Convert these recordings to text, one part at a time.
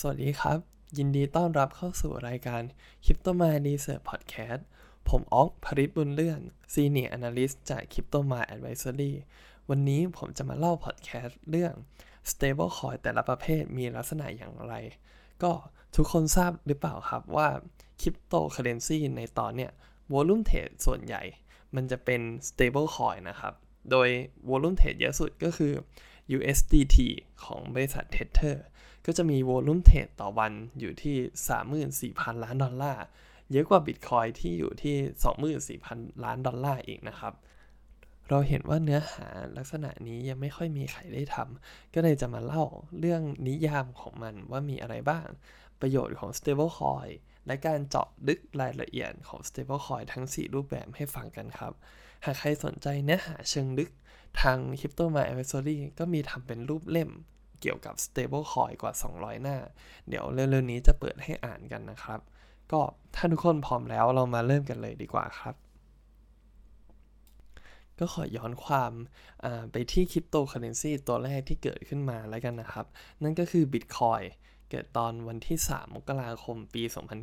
สวัสดีครับยินดีต้อนรับเข้าสู่รายการ Crypto Mind Research Podcast ผมอ๊อกภริษฐ์บุญเลื่อน Senior Analyst จาก Crypto Mind Advisory วันนี้ผมจะมาเล่าพอดแคสต์เรื่อง Stablecoin แต่ละประเภทมีลักษณะอย่างไรก็ทุกคนทราบหรือเปล่าครับว่า Cryptocurrency ในตอนเนี้ย Volume Trade ส่วนใหญ่มันจะเป็น Stablecoin นะครับโดย Volume Trade เยอะสุดก็คือ USDT ของบริษัท Tetherก็จะมี Volume Trade ต่อวันอยู่ที่ 34,000 ล้านดอลลาร์เยอะกว่า Bitcoin ที่อยู่ที่ 24,000 ล้านดอลลาร์อีกนะครับเราเห็นว่าเนื้อหาลักษณะนี้ยังไม่ค่อยมีใครได้ทำก็เลยจะมาเล่าเรื่องนิยามของมันว่ามีอะไรบ้างประโยชน์ของ Stablecoin และการเจาะลึกรายละเอียดของ Stablecoin ทั้ง 4 รูปแบบให้ฟังกันครับหากใครสนใจเนื้อหาเชิงลึกทาง Crypto Mind Advisory ก็มีทำเป็นรูปเล่มเกี่ยวกับ Stablecoin กว่า200หน้าเดี๋ยวเร็วๆนี้จะเปิดให้อ่านกันนะครับก็ถ้าทุกคนพร้อมแล้วเรามาเริ่มกันเลยดีกว่าครับก็ขอย้อนความไปที่คริปโตเคอเรนซีตัวแรกที่เกิดขึ้นมาแล้วกันนะครับนั่นก็คือ Bitcoin เกิดตอนวันที่3 มกราคมปี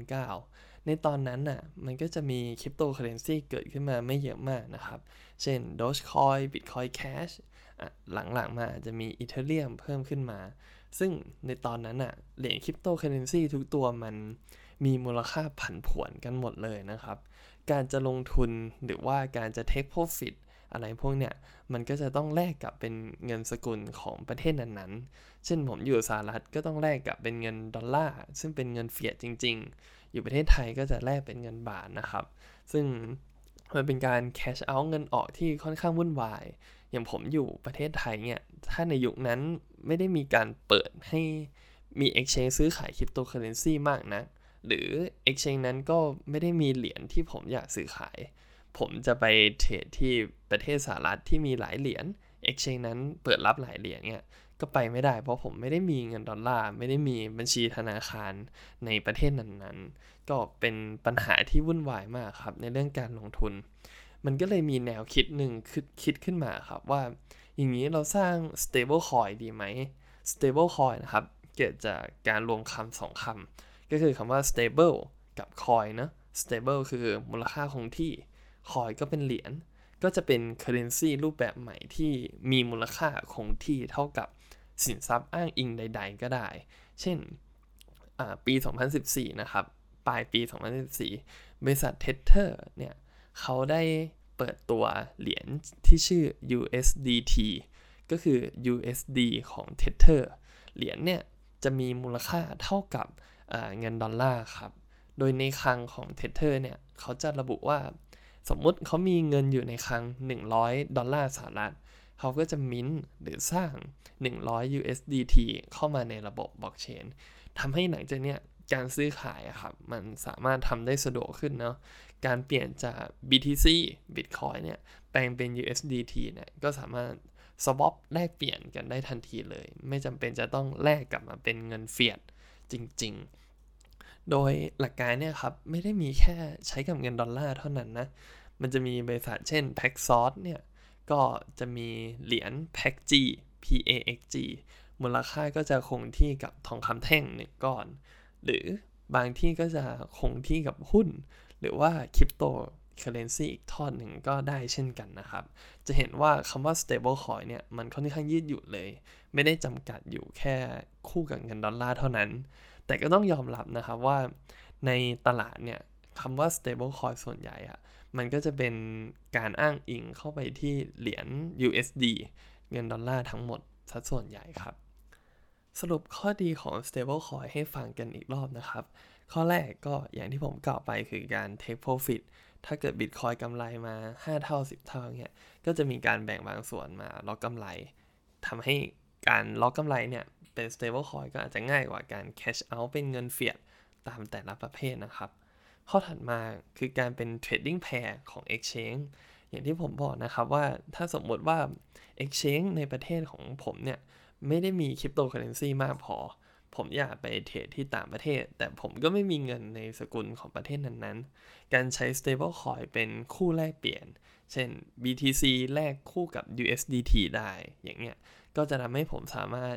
2009ในตอนนั้นน่ะมันก็จะมีคริปโตเคอเรนซีเกิดขึ้นมาไม่เยอะมากนะครับเช่น Dogecoin Bitcoin Cash หลังๆมาจะมี Ethereum เพิ่มขึ้นมาซึ่งในตอนนั้นน่ะเหรียญคริปโตเคอเรนซีทุกตัวมันมีมูลค่าผันผวนกันหมดเลยนะครับการจะลงทุนหรือว่าการจะ take profitอะไรพวกเนี้ยมันก็จะต้องแลกกับเป็นเงินสกุลของประเทศนั้นๆเช่นผมอยู่สหรัฐก็ต้องแลกกับเป็นเงินดอลลาร์ซึ่งเป็นเงินเฟียตจริงๆอยู่ประเทศไทยก็จะแลกเป็นเงินบาทนะครับซึ่งมันเป็นการ cash out เงินออกที่ค่อนข้างวุ่นวายอย่างผมอยู่ประเทศไทยเนี่ยถ้าในยุคนั้นไม่ได้มีการเปิดให้มี exchange ซื้อขายคริปโตเคอเรนซีมากนะหรือ exchange นั้นก็ไม่ได้มีเหรียญที่ผมอยากซื้อขายผมจะไปเทรดที่ประเทศสหรัฐที่มีหลายเหรียญ Exchange นั้นเปิดรับหลายเหรียญเนี่ยก็ไปไม่ได้เพราะผมไม่ได้มีเงินดอลลาร์ไม่ได้มีบัญชีธนาคารในประเทศนั้นๆก็เป็นปัญหาที่วุ่นวายมากครับในเรื่องการลงทุนมันก็เลยมีแนวคิดหนึ่งคิดขึ้นมาครับว่าอย่างนี้เราสร้าง stable coin ดีไหม stable coin นะครับเกิดจากการรวมคำสองคำก็คือคำว่า stable กับ coin นะ stable คือมูลค่าคงที่คอยก็เป็นเหรียญก็จะเป็น currency รูปแบบใหม่ที่มีมูลค่าคงที่เท่ากับสินทรัพย์อ้างอิงใดๆก็ได้เช่นปี 2014 นะครับปลายปี 2014 บริษัท Tether เนี่ยเขาได้เปิดตัวเหรียญที่ชื่อ USDT ก็คือ USD ของ Tether เหรียญเนี่ยจะมีมูลค่าเท่ากับเงินดอลลาร์ครับโดยในคลังของ Tether เนี่ยเขาจะระบุว่าสมมุติเขามีเงินอยู่ในคลัง$100สหรัฐเขาก็จะมิ้นท์หรือสร้าง100 USDT เข้ามาในระบบบล็อกเชนทำให้หลังจากเนี้ยการซื้อขายครับมันสามารถทำได้สะดวกขึ้นเนาะการเปลี่ยนจาก BTC Bitcoin เนี่ยแปลงเป็น USDT เนี่ยก็สามารถswap แลกเปลี่ยนกันได้ทันทีเลยไม่จำเป็นจะต้องแลกกลับมาเป็นเงินเฟียตจริงๆโดยหลักการเนี่ยครับไม่ได้มีแค่ใช้กับเงินดอลลาร์เท่านั้นนะมันจะมีบริษัทเช่น Paxos เนี่ยก็จะมีเหรียญ PAXG PAXG มูลค่าก็จะคงที่กับทองคำแท่ง1ก้อนหรือบางที่ก็จะคงที่กับหุ้นหรือว่าคริปโตเคอเรนซีอีกทอดหนึ่งก็ได้เช่นกันนะครับจะเห็นว่าคำว่า stable coin เนี่ยมันค่อนข้างยืดหยุ่นเลยไม่ได้จำกัดอยู่แค่คู่กับเงินดอลลาร์เท่านั้นแต่ก็ต้องยอมรับนะครับว่าในตลาดเนี่ยคำว่า stable coin ส่วนใหญ่อะมันก็จะเป็นการอ้างอิงเข้าไปที่เหรียญ USD เงินดอลลาร์ทั้งหมดสัดส่วนใหญ่ครับสรุปข้อดีของ stable coin ให้ฟังกันอีกรอบนะครับข้อแรกก็อย่างที่ผมกล่าวไปคือการ take profit ถ้าเกิด Bitcoin กำไรมา5เท่า10เท่าเนี่ยก็จะมีการแบ่งบางส่วนมาล็อกกำไรทำให้การล็อกกำไรเนี่ยเป็น stable coin ก็อาจจะง่ายกว่าการ cash out เป็นเงินเฟียตตามแต่ละประเภทนะครับข้อถัดมาคือการเป็น trading pair ของ exchange อย่างที่ผมบอกนะครับว่าถ้าสมมติว่า exchange ในประเทศของผมเนี่ยไม่ได้มีคริปโตเคอเรนซีมากพอผมอยากไปเทรดที่ต่างประเทศแต่ผมก็ไม่มีเงินในสกุลของประเทศนั้นๆการใช้ stable coin เป็นคู่แลกเปลี่ยนเช่น BTC แลกคู่กับ USDT ได้อย่างเงี้ยก็จะทำให้ผมสามารถ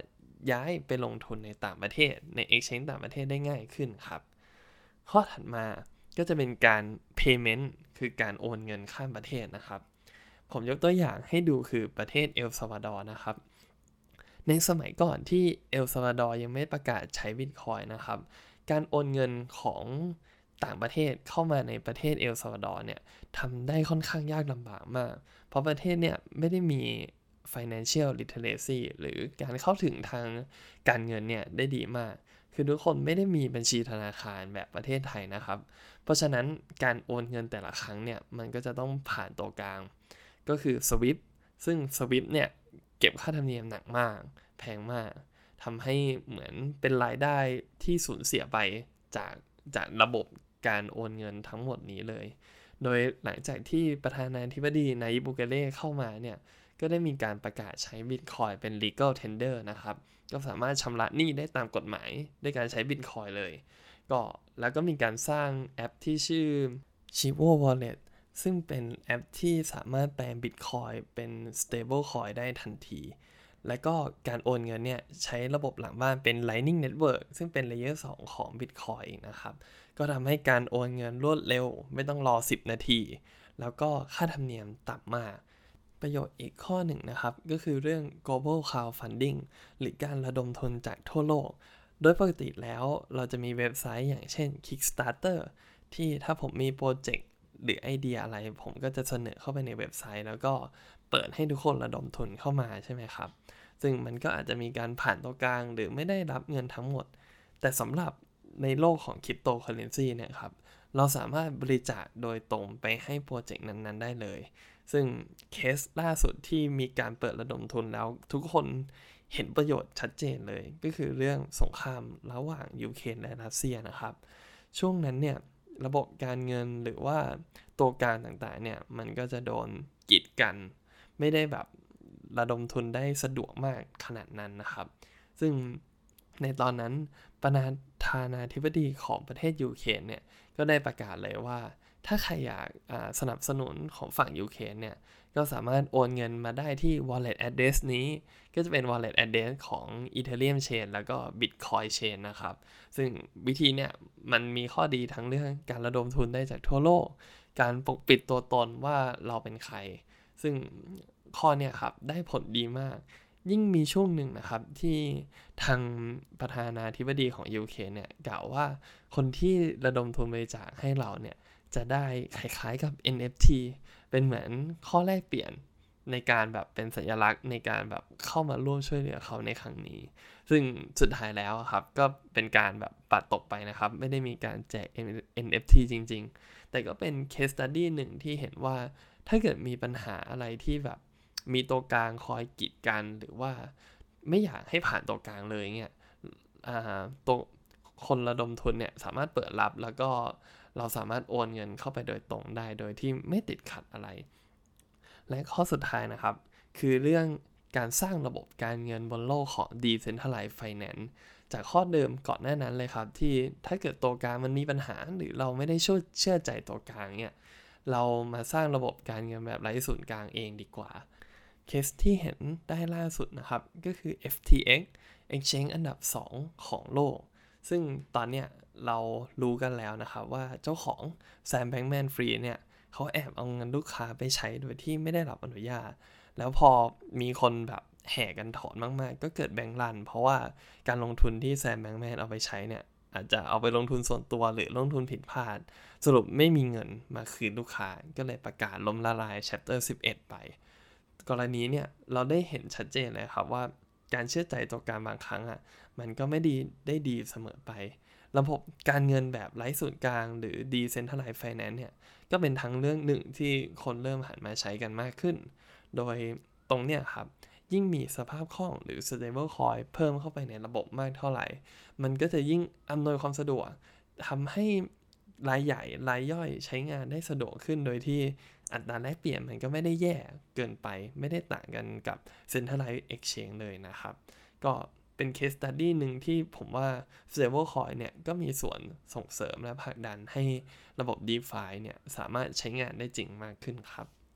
ย้ายไปลงทุนในต่างประเทศใน exchange ต่างประเทศได้ง่ายขึ้นครับข้อถัดมาก็จะเป็นการ payment คือการโอนเงินข้ามประเทศนะครับผมยกตัวอย่างให้ดูคือประเทศเอลซัลวาดอร์นะครับในสมัยก่อนที่เอลซัลวาดอร์ยังไม่ประกาศใช้บิตคอยน์นะครับการโอนเงินของต่างประเทศเข้ามาในประเทศเอลซัลวาดอร์เนี่ยทำได้ค่อนข้างยากลำบากมากเพราะประเทศเนี่ยไม่ได้มี financial literacy หรือการเข้าถึงทางการเงินเนี่ยได้ดีมากคือทุกคนไม่ได้มีบัญชีธนาคารแบบประเทศไทยนะครับเพราะฉะนั้นการโอนเงินแต่ละครั้งเนี่ยมันก็จะต้องผ่านตัวกลางก็คือ SWIFT ซึ่ง SWIFT เนี่ยเก็บค่าธรรมเนียมหนักมากแพงมากทำให้เหมือนเป็นรายได้ที่สูญเสียไปจากระบบการโอนเงินทั้งหมดนี้เลยโดยหลังจากที่ประธานาธิบดีนายบุเกเล่เข้ามาเนี่ยก็ได้มีการประกาศใช้ Bitcoin เป็น legal tender นะครับก็สามารถชำระหนี้ได้ตามกฎหมายด้วยการใช้ Bitcoin เลยแล้วก็มีการสร้างแอปที่ชื่อ Chivo Wallet ซึ่งเป็นแอปที่สามารถแปลง Bitcoin เป็น stable coin ได้ทันทีและก็การโอนเงินเนี่ยใช้ระบบหลังบ้านเป็น Lightning Network ซึ่งเป็น Layer 2 ของ Bitcoin นะครับก็ทำให้การโอนเงินรวดเร็วไม่ต้องรอ10นาทีแล้วก็ค่าธรรมเนียมต่ำมากประโยชน์อีกข้อหนึ่งนะครับก็คือเรื่อง global crowdfunding หรือการระดมทุนจากทั่วโลกโดยปกติแล้วเราจะมีเว็บไซต์อย่างเช่น Kickstarter ที่ถ้าผมมีโปรเจกต์หรือไอเดียอะไรผมก็จะเสนอเข้าไปในเว็บไซต์แล้วก็เปิดให้ทุกคนระดมทุนเข้ามาใช่ไหมครับซึ่งมันก็อาจจะมีการผ่านตัวกลางหรือไม่ได้รับเงินทั้งหมดแต่สำหรับในโลกของคริปโตเคอเรนซีเนี่ยครับเราสามารถบริจาคโดยตรงไปให้โปรเจกต์นั้นๆได้เลยซึ่งเคสล่าสุดที่มีการเปิดระดมทุนแล้วทุกคนเห็นประโยชน์ชัดเจนเลยก็คือเรื่องสงครามระหว่างยูเครนและรัสเซียนะครับช่วงนั้นเนี่ยระบบการเงินหรือว่าตัวกลางต่างๆเนี่ยมันก็จะโดนกีดกันไม่ได้แบบระดมทุนได้สะดวกมากขนาดนั้นนะครับซึ่งในตอนนั้นประธานาธิบดีของประเทศยูเครนเนี่ยก็ได้ประกาศเลยว่าถ้าใครอยากสนับสนุนของฝั่งยูเครนเนี่ยก็สามารถโอนเงินมาได้ที่ wallet address นี้ก็จะเป็น wallet address ของ Ethereum Chain แล้วก็ Bitcoin Chain นะครับซึ่งวิธีเนี่ยมันมีข้อดีทั้งเรื่องการระดมทุนได้จากทั่วโลกการปกปิดตัวตนว่าเราเป็นใครซึ่งข้อเนี่ยครับได้ผลดีมากยิ่งมีช่วงหนึ่งนะครับที่ทางประธานาธิบดีของ UK เนี่ยกล่าวว่าคนที่ระดมทุนบริจาคให้เราเนี่ยจะได้คล้ายๆกับ NFT เป็นเหมือนข้อแลกเปลี่ยนในการแบบเป็นสัญลักษณ์ในการแบบเข้ามาร่วมช่วยเหลือเขาในครั้งนี้ซึ่งสุดท้ายแล้วครับก็เป็นการแบบปัดตกไปนะครับไม่ได้มีการแจก NFT จริงๆแต่ก็เป็น case study หนึ่งที่เห็นว่าถ้าเกิดมีปัญหาอะไรที่แบบมีตัวกลางคอยกีดกันหรือว่าไม่อยากให้ผ่านตัวกลางเลยเนี่ยตัวคนระดมทุนเนี่ยสามารถเปิดรับแล้วก็เราสามารถโอนเงินเข้าไปโดยตรงได้โดยที่ไม่ติดขัดอะไรและข้อสุดท้ายนะครับคือเรื่องการสร้างระบบการเงินบนโลกของ Decentralized Finance จากข้อเดิมก่อนหน้านั้นเลยครับที่ถ้าเกิดตัวกลางมันมีปัญหาหรือเราไม่ได้เชื่อใจตัวกลางเนี่ยเรามาสร้างระบบการเงินแบบไร้ศูนย์กลางเองดีกว่าเคสที่เห็นได้ล่าสุดนะครับก็คือ FTX Exchange อันดับ2ของโลกซึ่งตอนเนี้ยเรารู้กันแล้วนะครับว่าเจ้าของ Sam Bankman-Fried เนี่ยเขาแอบเอาเงินลูกค้าไปใช้โดยที่ไม่ได้รับอนุญาตแล้วพอมีคนแบบแห่กันถอนมากๆก็เกิดแบงก์รันเพราะว่าการลงทุนที่ Sam Bankman เอาไปใช้เนี่ยอาจจะเอาไปลงทุนส่วนตัวหรือลงทุนผิดพลาดสรุปไม่มีเงินมาคืนลูกค้าก็เลยประกาศล้มละลาย Chapter 11 ไปกรณีเนี่ยเราได้เห็นชัดเจนเลยครับว่าการเชื่อใจตัวกลางบางครั้งอ่ะมันก็ไม่ได้ดีเสมอไประบบการเงินแบบไร้ศูนย์กลางหรือ Decentralized Finance เนี่ยก็เป็นทั้งเรื่องหนึ่งที่คนเริ่มหันมาใช้กันมากขึ้นโดยตรงเนี่ยครับยิ่งมีสภาพคล่องหรือ stable coin เพิ่มเข้าไปในระบบมากเท่าไหร่มันก็จะยิ่งอำนวยความสะดวกทำให้รายใหญ่รายย่อยใช้งานได้สะดวกขึ้นโดยที่อัตราแลกเปลี่ยนมันก็ไม่ได้แย่เกินไปไม่ได้ต่างกันกับ Centralized Exchange เลยนะครับก็เป็น case study หนึ่งที่ผมว่า stablecoin เนี่ยก็มีส่วนส่งเสริมและผลักดันให้ระบบ DeFi เนี่ยสามารถใช้งานได้จริงมากขึ้นครับ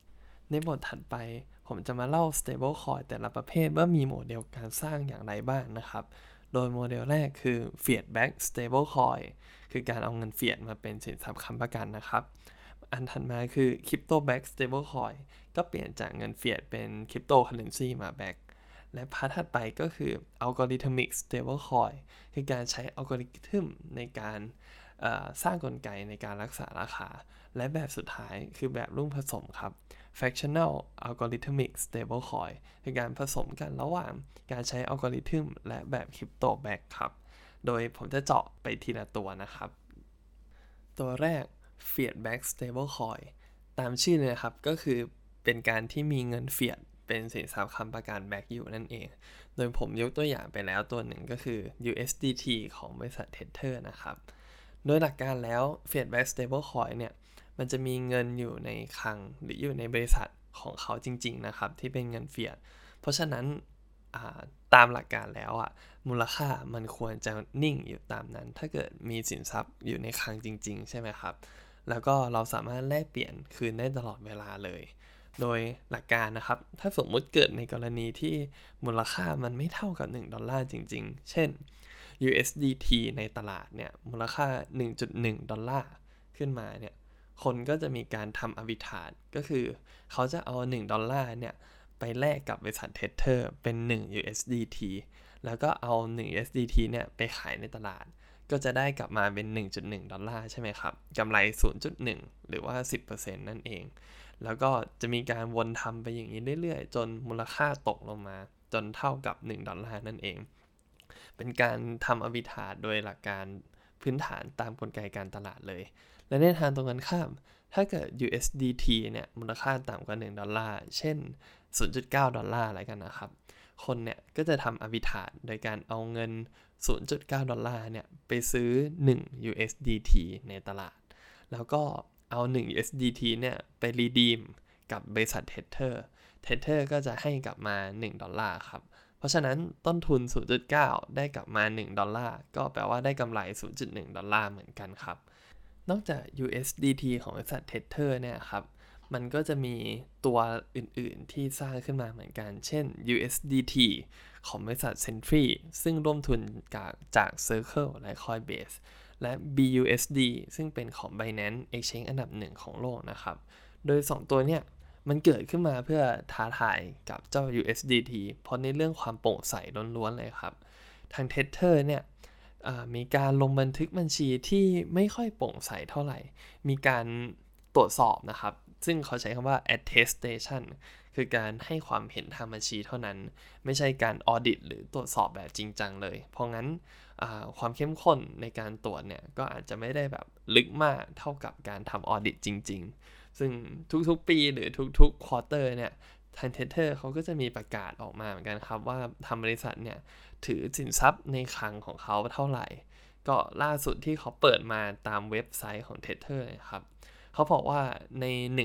ในบทถัดไปผมจะมาเล่า stablecoin แต่ละประเภทว่ามีโมเดลการสร้างอย่างไรบ้างนะครับโดยโมเดลแรกคือ fiat back stablecoin คือการเอาเงินเฟียดมาเป็นสินทรัพย์ค้ำประกันนะครับอันถัดมาคือ crypto back stablecoin ก็เปลี่ยนจากเงินเฟียดเป็น cryptocurrency มา back และพาร์ทถัดไปก็คือ algorithmic stablecoin คือการใช้อัลกอริทึมในการสร้างกลไกในการรักษาราคาและแบบสุดท้ายคือแบบรุ่งผสมครับ fractional algorithmic stablecoin คือการผสมกันระหว่างการใช้อัลกอริทึมและแบบ crypto back ครับโดยผมจะเจาะไปทีละตัวนะครับตัวแรก fiat back stablecoin ตามชื่อเลยครับก็คือเป็นการที่มีเงินเฟียดเป็นสินทรัพย์ค้ำประกันแบ็กอยู่นั่นเองโดยผมยกตัวอย่างไปแล้วตัวหนึ่งก็คือ USDT ของบริษัท Tether นะครับโดยหลักการแล้ว fiat back stablecoin เนี่ยมันจะมีเงินอยู่ในคลังหรืออยู่ในบริษัทของเขาจริงๆนะครับที่เป็นเงินเฟียดเพราะฉะนั้นตามหลักการแล้วมูลค่ามันควรจะนิ่งอยู่ตามนั้นถ้าเกิดมีสินทรัพย์อยู่ในคลังจริงๆใช่ไหมครับแล้วก็เราสามารถแลกเปลี่ยนคืนได้ตลอดเวลาเลยโดยหลักการนะครับถ้าสมมุติเกิดในกรณีที่มูลค่ามันไม่เท่ากับ$1จริงๆเช่น USDT ในตลาดเนี่ยมูลค่า $1.1 ขึ้นมาเนี่ยคนก็จะมีการทำ arbitrage ก็คือเขาจะเอา$1เนี่ยไปแลกกับบริษัท Tether เป็น1 USDT แล้วก็เอา1 USDT เนี่ยไปขายในตลาดก็จะได้กลับมาเป็น$1.1ใช่ไหมครับกำไร 0.1 หรือว่า 10% นั่นเองแล้วก็จะมีการวนทำไปอย่างนี้เรื่อยๆจนมูลค่าตกลงมาจนเท่ากับ$1นั่นเองเป็นการทำ arbitrage โดยหลักการพื้นฐานตามกลไกการตลาดเลยและในทางตรงกันข้ามถ้าเกิด USDT เนี่ยมูลค่าต่ำกว่า$1เช่น$0.9อะไรกันนะครับคนเนี่ยก็จะทำ arbitrage โดยการเอาเงิน$0.9เนี่ยไปซื้อ1 USDT ในตลาดแล้วก็เอา1 USDT เนี่ยไป redeem กับบริษัท Tether ก็จะให้กลับมา$1ครับเพราะฉะนั้นต้นทุน 0.9 ได้กลับมา$1ก็แปลว่าได้กำไร $0.1 เหมือนกันครับนอกจาก USDT ของบริษัท Tether เนี่ยครับมันก็จะมีตัวอื่นๆที่สร้างขึ้นมาเหมือนกันเช่น USDT ของบริษัท Sentry ซึ่งร่วมทุนจาก Circle และ Coinbase และ BUSD ซึ่งเป็นของ Binance Exchange อันดับหนึ่งของโลกนะครับโดย2ตัวเนี่ยมันเกิดขึ้นมาเพื่อท้าทายกับเจ้า USDT เพราะในเรื่องความโปร่งใสล้วนๆเลยครับทาง Tether เนี่ยมีการลงบันทึกบัญชีที่ไม่ค่อยโปร่งใสเท่าไหร่มีการตรวจสอบนะครับซึ่งเขาใช้คำว่า attestation คือการให้ความเห็นทางบัญชีเท่านั้นไม่ใช่การ audit หรือตรวจสอบแบบจริงจังเลยเพราะงั้นความเข้มข้นในการตรวจเนี่ยก็อาจจะไม่ได้แบบลึกมากเท่ากับการทำ audit จริงๆซึ่งทุกๆปีหรือทุกๆ quarter เนี่ยทาง Tether เขาก็จะมีประกาศออกมาเหมือนกันครับว่าทางบริษัทเนี่ยถือสินทรัพย์ในคลังของเขาเท่าไหร่ก็ล่าสุดที่เขาเปิดมาตามเว็บไซต์ของ Tether นะครับเขาบอกว่าใน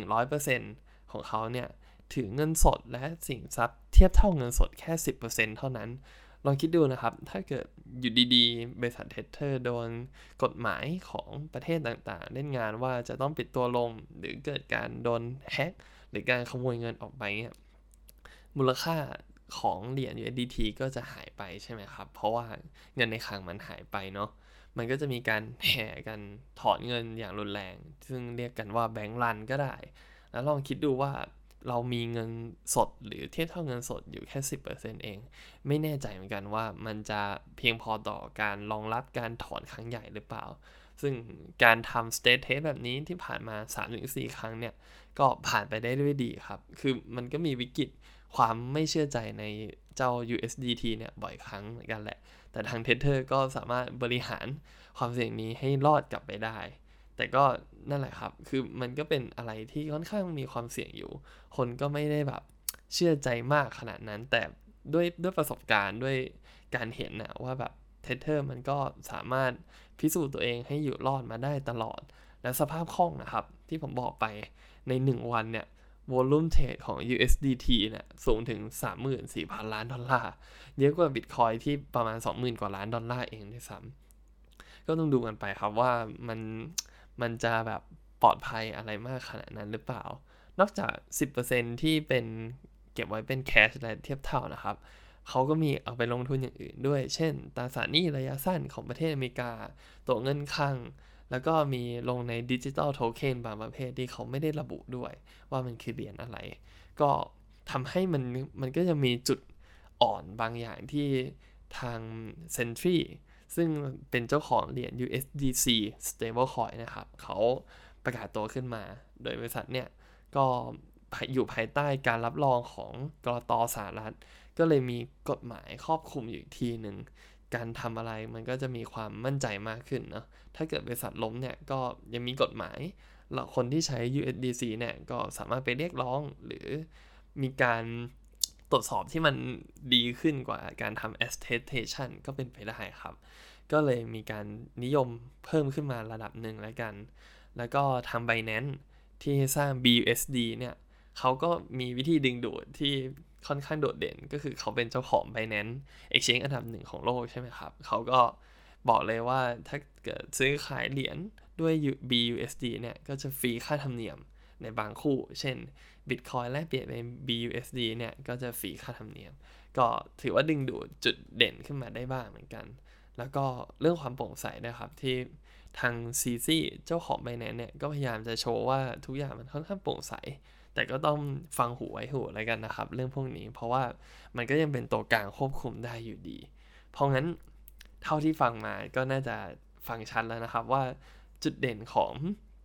100% ของเขาเนี่ยถือเงินสดและสินทรัพย์เทียบเท่าเงินสดแค่ 10% เท่านั้นลองคิดดูนะครับถ้าเกิดอยู่ดีๆบริษัท Tether โดนกฎหมายของประเทศต่างๆเล่นงานว่าจะต้องปิดตัวลงหรือเกิดการโดนแฮกหรือการขโมยเงินออกไปเนี่ยมูลค่าของเหรียญ USDT ก็จะหายไปใช่ไหมครับเพราะว่าเงินในคลังมันหายไปเนาะมันก็จะมีการแห่กันถอนเงินอย่างรุนแรงซึ่งเรียกกันว่าแบงก์รันก็ได้แล้วลองคิดดูว่าเรามีเงินสดหรือเทียบเท่าเงินสดอยู่แค่ 10% เองไม่แน่ใจเหมือนกันว่ามันจะเพียงพอต่อการรองรับการถอนครั้งใหญ่หรือเปล่าซึ่งการทำ stress test แบบนี้ที่ผ่านมา 3-4 ครั้งเนี่ยก็ผ่านไปได้ด้วยดีครับคือมันก็มีวิกฤตความไม่เชื่อใจในเจ้า USDT เนี่ยบ่อยครั้งเหมือนกันแหละแต่ทาง Tether ก็สามารถบริหารความเสี่ยงนี้ให้รอดกลับไปได้แต่ก็นั่นแหละครับคือมันก็เป็นอะไรที่ค่อนข้างมีความเสี่ยงอยู่คนก็ไม่ได้แบบเชื่อใจมากขนาดนั้นแต่ด้วยประสบการณ์ด้วยการเห็นนะว่าแบบ Tether มันก็สามารถพิสูจน์ตัวเองให้อยู่รอดมาได้ตลอดและสภาพคล่องนะครับที่ผมบอกไปใน1วันเนี่ยวอลลุ่มเทรดของ USDT เนี่ยสูงถึง 34,000 ล้านดอลลาร์เยอะกว่า Bitcoin ที่ประมาณ 20,000 กว่าล้านดอลลาร์เองด้วยซ้ำก็ต้องดูกันไปครับว่ามันจะแบบปลอดภัยอะไรมากขนาดนั้นหรือเปล่านอกจาก 10% ที่เป็นเก็บไว้เป็นแคชและเทียบเท่านะครับเขาก็มีเอาไปลงทุนอย่างอื่นด้วยเช่นตราสารหนี้ระยะสั้นของประเทศอเมริกาตัวเงินคลังแล้วก็มีลงในดิจิตอลโทเค็นบางประเภทที่เขาไม่ได้ระบุด้วยว่ามันคือเหรียญอะไรก็ทำให้มันก็จะมีจุดอ่อนบางอย่างที่ทาง Sentry ซึ่งเป็นเจ้าของเหรียญ USDC stablecoin นะครับเขาประกาศตัวขึ้นมาโดยบริษัทเนี่ยก็อยู่ภายใต้การรับรองของกลต.สหรัฐก็เลยมีกฎหมายครอบคลุมอยู่ทีหนึ่งการทำอะไรมันก็จะมีความมั่นใจมากขึ้นเนาะถ้าเกิดบริษัทล้มเนี่ยก็ยังมีกฎหมายแล้วคนที่ใช้ USDC เนี่ยก็สามารถไปเรียกร้องหรือมีการตรวจสอบที่มันดีขึ้นกว่าการทำ attestation ก็เป็นไปได้ครับก็เลยมีการนิยมเพิ่มขึ้นมาระดับหนึ่งแล้วกันแล้วก็ทาง Binance ที่สร้าง BUSD เนี่ยเขาก็มีวิธีดึงดูดที่ค่อนข้างโดดเด่นก็คือเขาเป็นเจ้าของ Binance Exchange อันดับหนึ่งของโลกใช่ไหมครับเขาก็บอกเลยว่าถ้าเกิดซื้อขายเหรียญด้วย BUSD เนี่ยก็จะฟรีค่าธรรมเนียมในบางคู่เช่น Bitcoin แลกเปลี่ยนเป็น BUSD เนี่ยก็จะฟรีค่าธรรมเนียมก็ถือว่าดึงดูดจุดเด่นขึ้นมาได้บ้างเหมือนกันแล้วก็เรื่องความโปร่งใสนะครับที่ทาง CZ เจ้าของ Binance เนี่ยก็พยายามจะโชว์ว่าทุกอย่างมันค่อนข้างโปร่งใสแต่ก็ต้องฟังหูไว้หูแล้วกันนะครับเรื่องพวกนี้เพราะว่ามันก็ยังเป็นตัวกลางควบคุมได้อยู่ดีเพราะงั้นเท่าที่ฟังมาก็น่าจะฟังชัดแล้วนะครับว่าจุดเด่นของ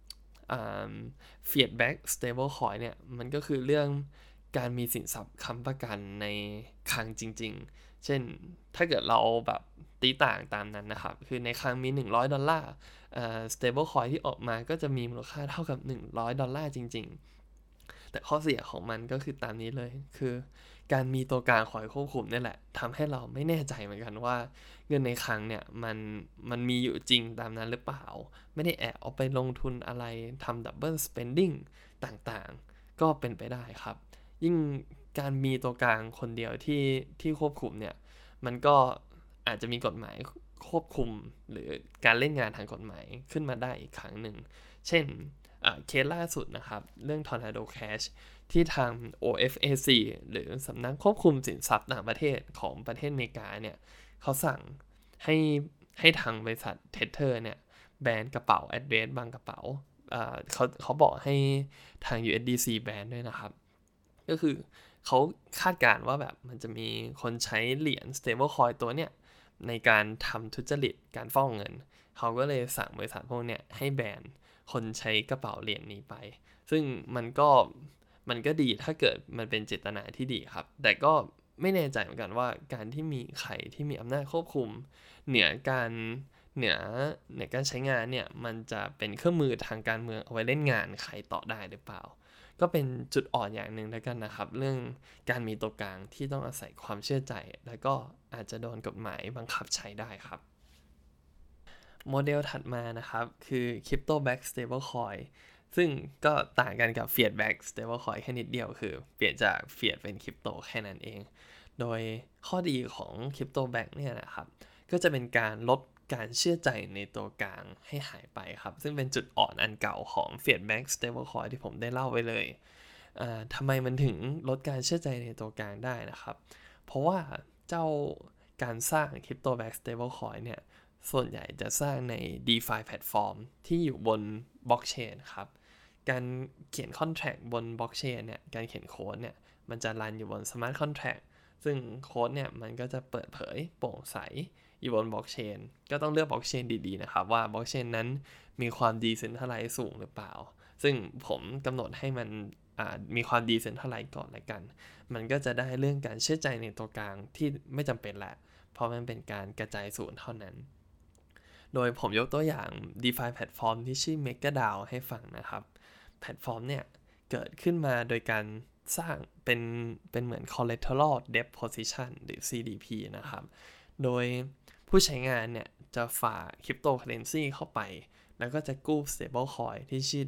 fiat back stable coin เนี่ยมันก็คือเรื่องการมีสินทรัพย์ค้ำประกันในคลังจริงๆเช่นถ้าเกิดเราแบบตีต่างตามนั้นนะครับคือในคลังมี$100 stable coin ที่ออกมาก็จะมีมูลค่าเท่ากับ$100จริงๆแต่ข้อเสียของมันก็คือตามนี้เลยคือการมีตัวกลางคอยควบคุมนี่แหละทำให้เราไม่แน่ใจเหมือนกันว่าเงินในคลังเนี่ยมันมีอยู่จริงตามนั้นหรือเปล่าไม่ได้แอบเอาไปลงทุนอะไรทำ double spending ต่างๆก็เป็นไปได้ครับยิ่งการมีตัวกลางคนเดียวที่ควบคุมเนี่ยมันก็อาจจะมีกฎหมายควบคุมหรือการเล่นงานทางกฎหมายขึ้นมาได้อีกครั้งหนึ่งเช่นเคสล่าสุดนะครับเรื่อง Tornado Cash ที่ทาง OFAC หรือสำนักควบคุมสินทรัพย์ต่างประเทศของประเทศอเมริกาเนี่ยเขาสั่งให้ทางบริษัท Tether เนี่ยแบนกระเป๋า address บางกระเป๋าเขาบอกให้ทาง USDC แบนด้วยนะครับก็คือเขาคาดการณ์ว่าแบบมันจะมีคนใช้เหรียญ stablecoin ตัวเนี้ยในการทำทุจริตการฟอกเงินเขาก็เลยสั่งบริษัทพวกเนี้ยให้แบนคนใช้กระเป๋าเหรียญนี้ไปซึ่งมันก็ดีถ้าเกิดมันเป็นเจตนาที่ดีครับแต่ก็ไม่แน่ใจเหมือนกันว่าการที่มีใครที่มีอำนาจควบคุมเหนือการใช้งานเนี่ยมันจะเป็นเครื่องมือทางการเมืองเอาไว้เล่นงานใครต่อได้หรือเปล่าก็เป็นจุดอ่อนอย่างหนึ่งแล้วกันนะครับเรื่องการมีตัวกลางที่ต้องอาศัยความเชื่อใจแล้วก็อาจจะโดนกฎหมายบังคับใช้ได้ครับโมเดลถัดมานะครับคือ Crypto Back Stablecoin ซึ่งก็ต่างกันกับ Fiat Back Stablecoin แค่นิดเดียวคือเปลี่ยนจาก Fiat เป็นคริปโตแค่นั้นเองโดยข้อดีของ Crypto Back เนี่ยนะครับก็จะเป็นการลดการเชื่อใจในตัวกลางให้หายไปครับซึ่งเป็นจุดอ่อนอันเก่าของ Fiat Back Stablecoin ที่ผมได้เล่าไว้เลยทำไมมันถึงลดการเชื่อใจในตัวกลางได้นะครับเพราะว่าเจ้าการสร้าง Crypto Back Stablecoin เนี่ยส่วนใหญ่จะสร้างใน DeFi แพลตฟอร์มที่อยู่บนบล็อกเชนครับการเขียนคอนแทรคบนบล็อกเชนเนี่ยการเขียนโค้ดเนี่ยมันจะรันอยู่บน Smart Contract ซึ่งโค้ดเนี่ยมันก็จะเปิดเผยโปร่งใสอยู่บนบล็อกเชนก็ต้องเลือกบล็อกเชนดีๆนะครับว่าบล็อกเชนนั้นมีความดีเซนทรัลไลซ์สูงหรือเปล่าซึ่งผมกำหนดให้มันมีความดีเซนทรัลไลซ์ก่อนละกันมันก็จะได้เรื่องการเชื่อใจในตัวกลางที่ไม่จำเป็นแหละเพราะมันเป็นการกระจายศูนย์เท่านั้นโดยผมยกตัวอย่าง DeFi แพลตฟอร์มที่ชื่อ MakerDAO ให้ฟังนะครับแพลตฟอร์มเนี่ยเกิดขึ้นมาโดยการสร้างเป็นเหมือน Collateral Deposition หรือ CDP นะครับโดยผู้ใช้งานเนี่ยจะฝากคริปโตเคอเรนซีเข้าไปแล้วก็จะกู้ stablecoin ที่ชื่อ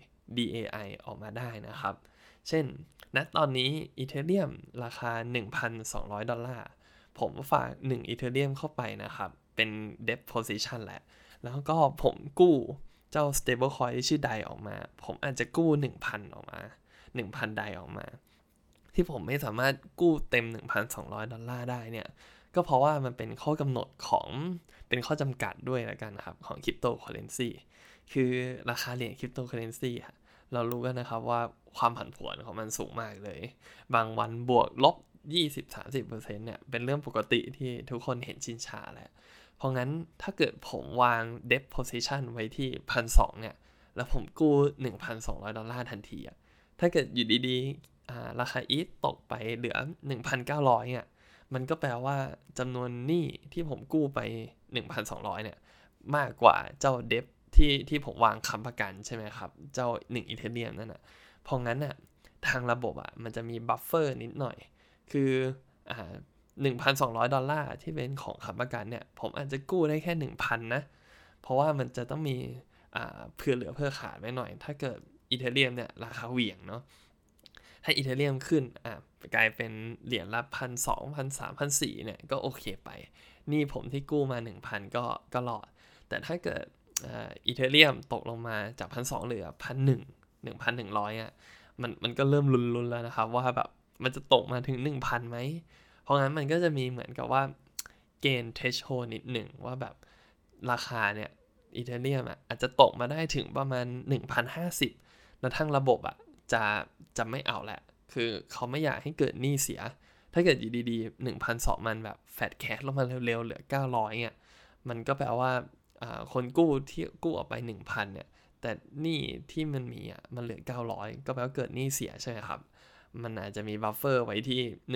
DAI ออกมาได้นะครับเช่นณตอนนี้ Ethereum ราคา $1,200 ผมฝาก1 Ethereum เข้าไปนะครับเป็น deposition แหละแล้วก็ผมกู้เจ้า stablecoin ที่ชื่อ DAI ออกมาผมอาจจะกู้ 1,000 ออกมา 1,000 ไดออกมาที่ผมไม่สามารถกู้เต็ม $1,200 ได้เนี่ยก็เพราะว่ามันเป็นข้อกำหนดของเป็นข้อจำกัดด้วยละกันครับของคริปโตเคอเรนซีคือราคาเหรียญคริปโตเคอเรนซีเรารู้กันนะครับว่าความผันผวนของมันสูงมากเลยบางวันบวกลบ 20-30% เนี่ยเป็นเรื่องปกติที่ทุกคนเห็นชินชาแล้วเพราะงั้นถ้าเกิดผมวาง debt position ไว้ที่ 1,200 เนี่ยแล้วผมกู้ $1,200 ทันทีถ้าเกิดอยู่ดีๆราคาอีทตกไปเหลือ 1,900 เนี่ยมันก็แปลว่าจำนวนหนี้ที่ผมกู้ไป 1,200 เนี่ยมากกว่าเจ้า debt ที่ผมวางค้ำประกันใช่ไหมครับเจ้า1อีเธเรียมนั่นน่ะเพราะงั้นทางระบบมันจะมีบัฟเฟอร์นิดหน่อยคือ$1,200 ที่เป็นของค้ำประกันเนี่ยผมอาจจะกู้ได้แค่ 1,000 นะเพราะว่ามันจะต้องมีเผื่อเหลือเพื่อขาดไว้หน่อยถ้าเกิดอีเธเรียมเนี่ยราคาเหวี่ยงเนาะถ้าอีเธเรียมขึ้นกลายเป็นเหรียญละ 1,200 1,300 1,400 เนี่ยก็โอเคไปนี่ผมที่กู้มา 1,000 ก็รอดแต่ถ้าเกิดอีเธเรียมตกลงมาจาก 1,200 เหลือ 1,100 1,100 มันก็เริ่มลุ้นๆแล้วนะครับว่าแบบมันจะตกมาถึง 1,000 ไหมเพราะงั้นมันก็จะมีเหมือนกับว่าเกณฑ์ threshold นิดหนึ่งว่าแบบราคาเนี่ยอีเธเรียมอาจจะตกมาได้ถึงประมาณ 1,050 แล้วทั้งระบบจะไม่เอาแหละคือเขาไม่อยากให้เกิดหนี้เสียถ้าเกิดอยู่ดีๆ 1,200 มันแบบแฟดแคชลงมาเร็วๆเหลือ 900 เนี่ยมันก็แปลว่าคนกู้ที่กู้ออกไป 1,000 เนี่ยแต่หนี้ที่มันมีมันเหลือ 900 ก็แปลว่าเกิดหนี้เสียใช่ไหมครับมันอาจจะมีบัฟเฟอร์ไว้ที่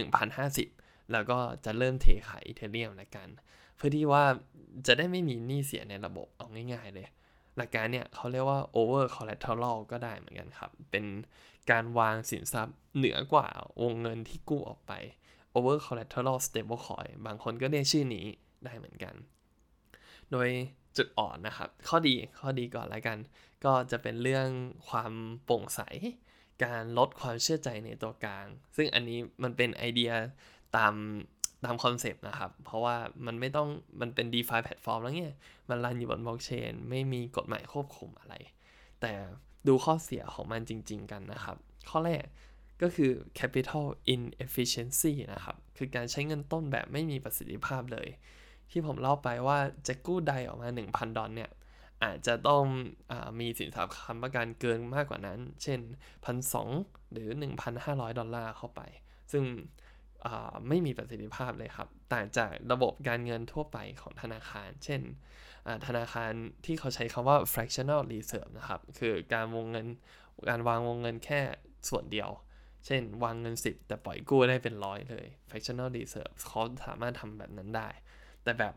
1,050 แล้วก็จะเริ่มเทขายอีเธเรียมละกันเพื่อที่ว่าจะได้ไม่มีหนี้เสียในระบบเอาง่ายๆเลยหลักการเนี่ยเขาเรียกว่า over collateral ก็ได้เหมือนกันครับเป็นการวางสินทรัพย์เหนือกว่าวงเงินที่กู้ออกไป over collateral stablecoin บางคนก็เรียกชื่อนี้ได้เหมือนกันโดยจุดอ่อนนะครับข้อดีก่อนละกันก็จะเป็นเรื่องความโปร่งใสการลดความเชื่อใจในตัวกลางซึ่งอันนี้มันเป็นไอเดียตามคอนเซปต์นะครับเพราะว่ามันไม่ต้องมันเป็น DeFi แพลตฟอร์มแล้วเนี่ยมันรันอยู่บนบล็อกเชนไม่มีกฎหมายควบคุมอะไรแต่ดูข้อเสียของมันจริงๆกันนะครับข้อแรกก็คือ capital inefficiency นะครับคือการใช้เงินต้นแบบไม่มีประสิทธิภาพเลยที่ผมเล่าไปว่าจะกู้ใดออกมา $1,000 เนี่ยอาจจะต้องมีสินทรัพย์ค้ำประกันเกินมากกว่านั้นเช่น 1,200 หรือ $1,500 เข้าไปซึ่งไม่มีประสิทธิภาพเลยครับต่างจากระบบการเงินทั่วไปของธนาคารเช่นธนาคารที่เขาใช้คำว่า fractional reserve นะครับคือการวางเงินแค่ส่วนเดียวเช่นวางเงิน10แต่ปล่อยกู้ได้เป็น100เลย fractional reserve เขาสามารถทำแบบนั้นได้แต่แบบ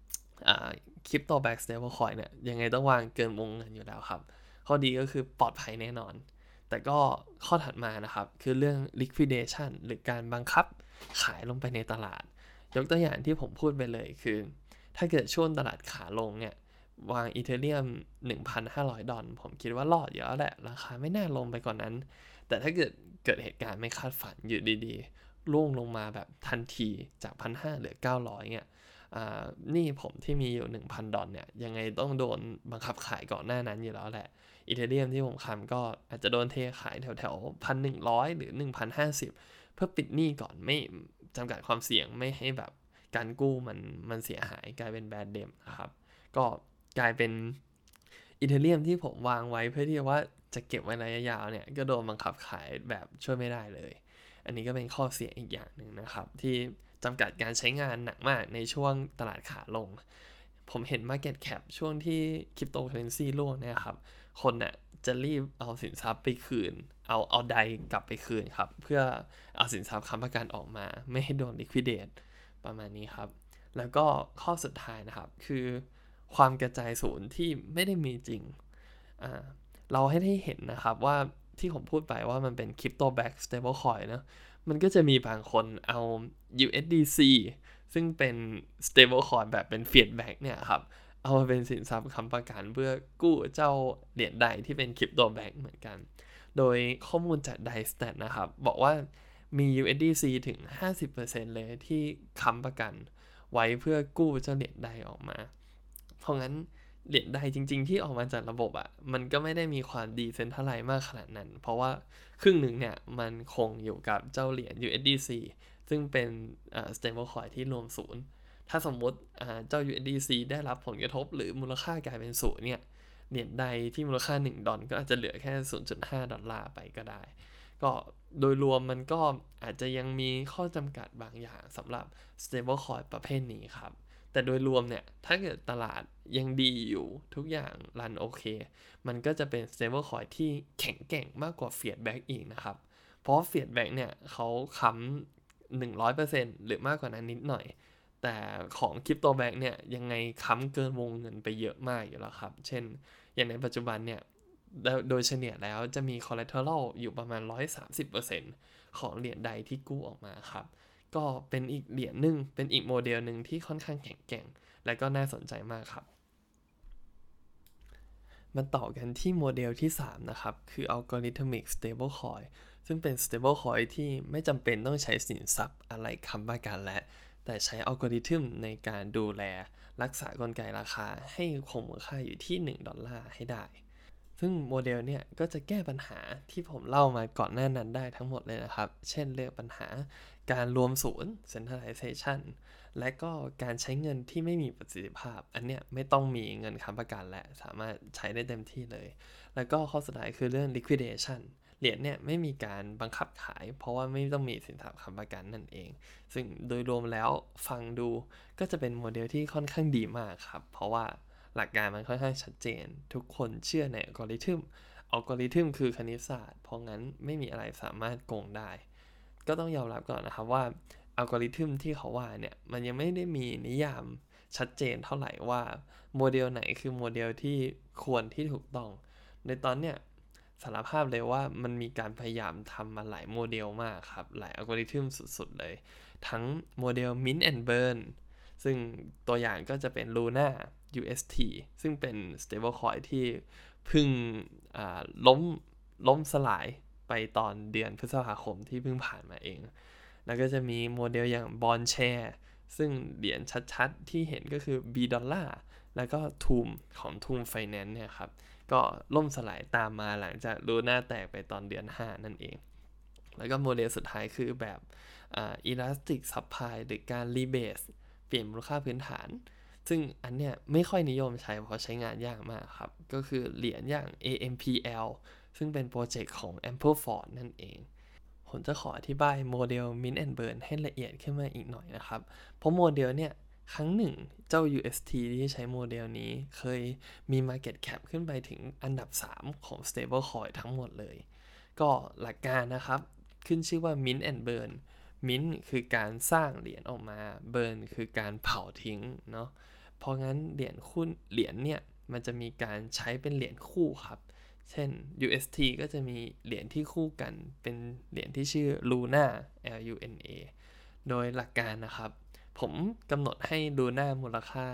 crypto back stablecoin เนี่ยยังไงต้องวางเกินวงเงินอยู่แล้วครับข้อดีก็คือปลอดภัยแน่นอนแต่ก็ข้อถัดมานะครับคือเรื่อง liquidation หรือการบังคับขายลงไปในตลาดยกตัวอย่างที่ผมพูดไปเลยคือถ้าเกิดช่วงตลาดขาลงเนี่ยวางอีเธเรียม $1,500 ผมคิดว่ารอดอยู่แล้วแหละราคาไม่น่าลงไปกว่านนั้นแต่ถ้าเกิดเหตุการณ์ไม่คาดฝันอยู่ดีๆร่วงลงมาแบบทันทีจาก 1,500 เหลือ 900 เนี่ยนี่ผมที่มีอยู่ $1,000 เนี่ยยังไงต้องโดนบังคับขายก่อนหน้านั้นอยู่แล้วแหละอีเธเรียมที่ผมค้ำก็อาจจะโดนเทขายแถวๆ 1,100 หรือ 1,050 เพื่อปิดหนี้ก่อนไม่จำกัดความเสี่ยงไม่ให้แบบการกู้มันเสียหายกลายเป็นแบดเดมนะครับก็กลายเป็นอีเธเรียมที่ผมวางไว้เพื่อที่ว่าจะเก็บไว้ระยะยาวเนี่ยก็โดนบังคับขายแบบช่วยไม่ได้เลยอันนี้ก็เป็นข้อเสียอีกอย่างหนึ่งนะครับที่จำกัดการใช้งานหนักมากในช่วงตลาดขาลงผมเห็น Market Cap ช่วงที่คริปโตเคอเรนซีร่วงเนี่ยครับคนจะรีบเอาสินทรัพย์ไปคืนเอาใดกลับไปคืนครับเพื่อเอาสินทรัพย์ค้ำประกันออกมาไม่ให้โดน liquidate ประมาณนี้ครับแล้วก็ข้อสุดท้ายนะครับคือความกระจายศูนย์ที่ไม่ได้มีจริงเราให้ได้เห็นนะครับว่าที่ผมพูดไปว่ามันเป็น crypto back stablecoin นะมันก็จะมีบางคนเอา USDC ซึ่งเป็น stablecoin แบบเป็น fiat back เนี่ยครับเอามาเป็นสินทรัพย์ค้ำประกันเพื่อกู้เจ้าเหรียญใดที่เป็น crypto back เหมือนกันโดยข้อมูลจาก DaiStat นะครับบอกว่ามี USDC ถึง 50% เลยที่ค้ำประกันไว้เพื่อกู้เจ้าเหรียญใดออกมาเพราะงั้นเหรียญใดจริงๆที่ออกมาจากระบบอ่ะมันก็ไม่ได้มีความดีเซนทรัลไลซ์มากขนาดนั้นเพราะว่าครึ่งหนึ่งเนี่ยมันคงอยู่กับเจ้าเหรียญ USDC ซึ่งเป็นstablecoin ที่รวมศูนย์ถ้าสมมติเจ้า USDC ได้รับผลกระทบหรือมูลค่ากลายเป็นศูนย์เนี่ยเหรียญใดที่มูลค่า$1ก็อาจจะเหลือแค่ $0.5 ไปก็ได้ก็โดยรวมมันก็อาจจะยังมีข้อจำกัดบางอย่างสำหรับ stablecoin ประเภทนี้ครับแต่โดยรวมเนี่ยถ้าเกิดตลาดยังดีอยู่ทุกอย่างรันโอเคมันก็จะเป็น stablecoin ที่แข็งแกร่งมากกว่า fiat bank อีกนะครับเพราะ fiat bank เนี่ยเขาค้ำ100%หรือมากกว่านั้นนิดหน่อยแต่ของคริปโตแบงค์เนี่ยยังไงค้ำเกินวงเงินไปเยอะมากอยู่แล้วครับเช่นอย่างในปัจจุบันเนี่ยโดยเฉลี่ยแล้วจะมี collateral อยู่ประมาณ 130% ของเหรียญใดที่กู้ออกมาครับก็เป็นอีกเหรียญหนึ่งเป็นอีกโมเดลหนึ่งที่ค่อนข้างแข็งแกร่งและก็น่าสนใจมากครับมาต่อกันที่โมเดลที่3นะครับคือ Algorithmic Stablecoin ซึ่งเป็น Stablecoin ที่ไม่จำเป็นต้องใช้สินทรัพย์อะไรค้ำประกันและแต่ใช้อัลกอริทึมในการดูแลรักษากลไกราคาให้คงมูลค่าอยู่ที่$1ให้ได้ซึ่งโมเดลเนี่ยก็จะแก้ปัญหาที่ผมเล่ามาก่อนหน้านั้นได้ทั้งหมดเลยนะครับเช่นเรื่องปัญหาการรวมศูนย์ centralization และก็การใช้เงินที่ไม่มีประสิทธิภาพอันเนี้ยไม่ต้องมีเงินค้ำประกันและสามารถใช้ได้เต็มที่เลยแล้วก็ข้อสุดท้ายคือเรื่อง liquidation เหรียญเนี่ยไม่มีการบังคับขายเพราะว่าไม่ต้องมีสินทรัพย์ค้ำประกันนั่นเองซึ่งโดยรวมแล้วฟังดูก็จะเป็นโมเดลที่ค่อนข้างดีมากครับเพราะว่าหลักการมันค่อนข้างชัดเจนทุกคนเชื่อในอัลกอริทึมคือคณิตศาสตร์เพราะงั้นไม่มีอะไรสามารถโกงได้ก็ต้องยอมรับก่อนนะครับว่าอัลกอริทึมที่เขาว่าเนี่ยมันยังไม่ได้มีนิยามชัดเจนเท่าไหร่ว่าโมเดลไหนคือโมเดลที่ควรที่ถูกต้องในตอนเนี้ยสารภาพเลยว่ามันมีการพยายามทำมาหลายโมเดลมากครับหลายอัลกอริทึมสุดๆเลยทั้งโมเดล Mint and Burn ซึ่งตัวอย่างก็จะเป็น Luna UST ซึ่งเป็น stablecoin ที่เพิ่งล้มสลายไปตอนเดือนพฤษภาคมที่เพิ่งผ่านมาเองแล้วก็จะมีโมเดลอย่าง Bond Share ซึ่งเหรียญชัดๆที่เห็นก็คือ B ดอลลาร์แล้วก็ Toom ของ Toom Finance เนี่ยครับก็ล่มสลายตามมาหลังจากลูน่าแตกไปตอนเดือน5นั่นเองแล้วก็โมเดลสุดท้ายคือแบบElastic Supply หรือการ Rebase เปลี่ยนมูลค่าพื้นฐานซึ่งอันเนี้ยไม่ค่อยนิยมใช้เพราะใช้งานยากมากครับก็คือเหรียญอย่าง AMPL ซึ่งเป็นโปรเจกต์ของ Amplify นั่นเองผมจะขออธิบายโมเดล Mint and Burn ให้ละเอียดขึ้นมาอีกหน่อยนะครับเพราะโมเดลเนี่ยครั้งหนึ่งเจ้า UST ที่ใช้โมเดลนี้เคยมี Market Cap ขึ้นไปถึงอันดับ3ของ Stablecoin ทั้งหมดเลยก็หลักการนะครับขึ้นชื่อว่า Mint and Burn Mint คือการสร้างเหรียญออกมา Burn คือการเผาทิ้งเนาะเพราะงั้นเหรียญเนี่ยมันจะมีการใช้เป็นเหรียญคู่ครับเช่น UST ก็จะมีเหรียญที่คู่กันเป็นเหรียญที่ชื่อ Luna LUNA โดยหลักการนะครับผมกำหนดให้ Luna มูลค่า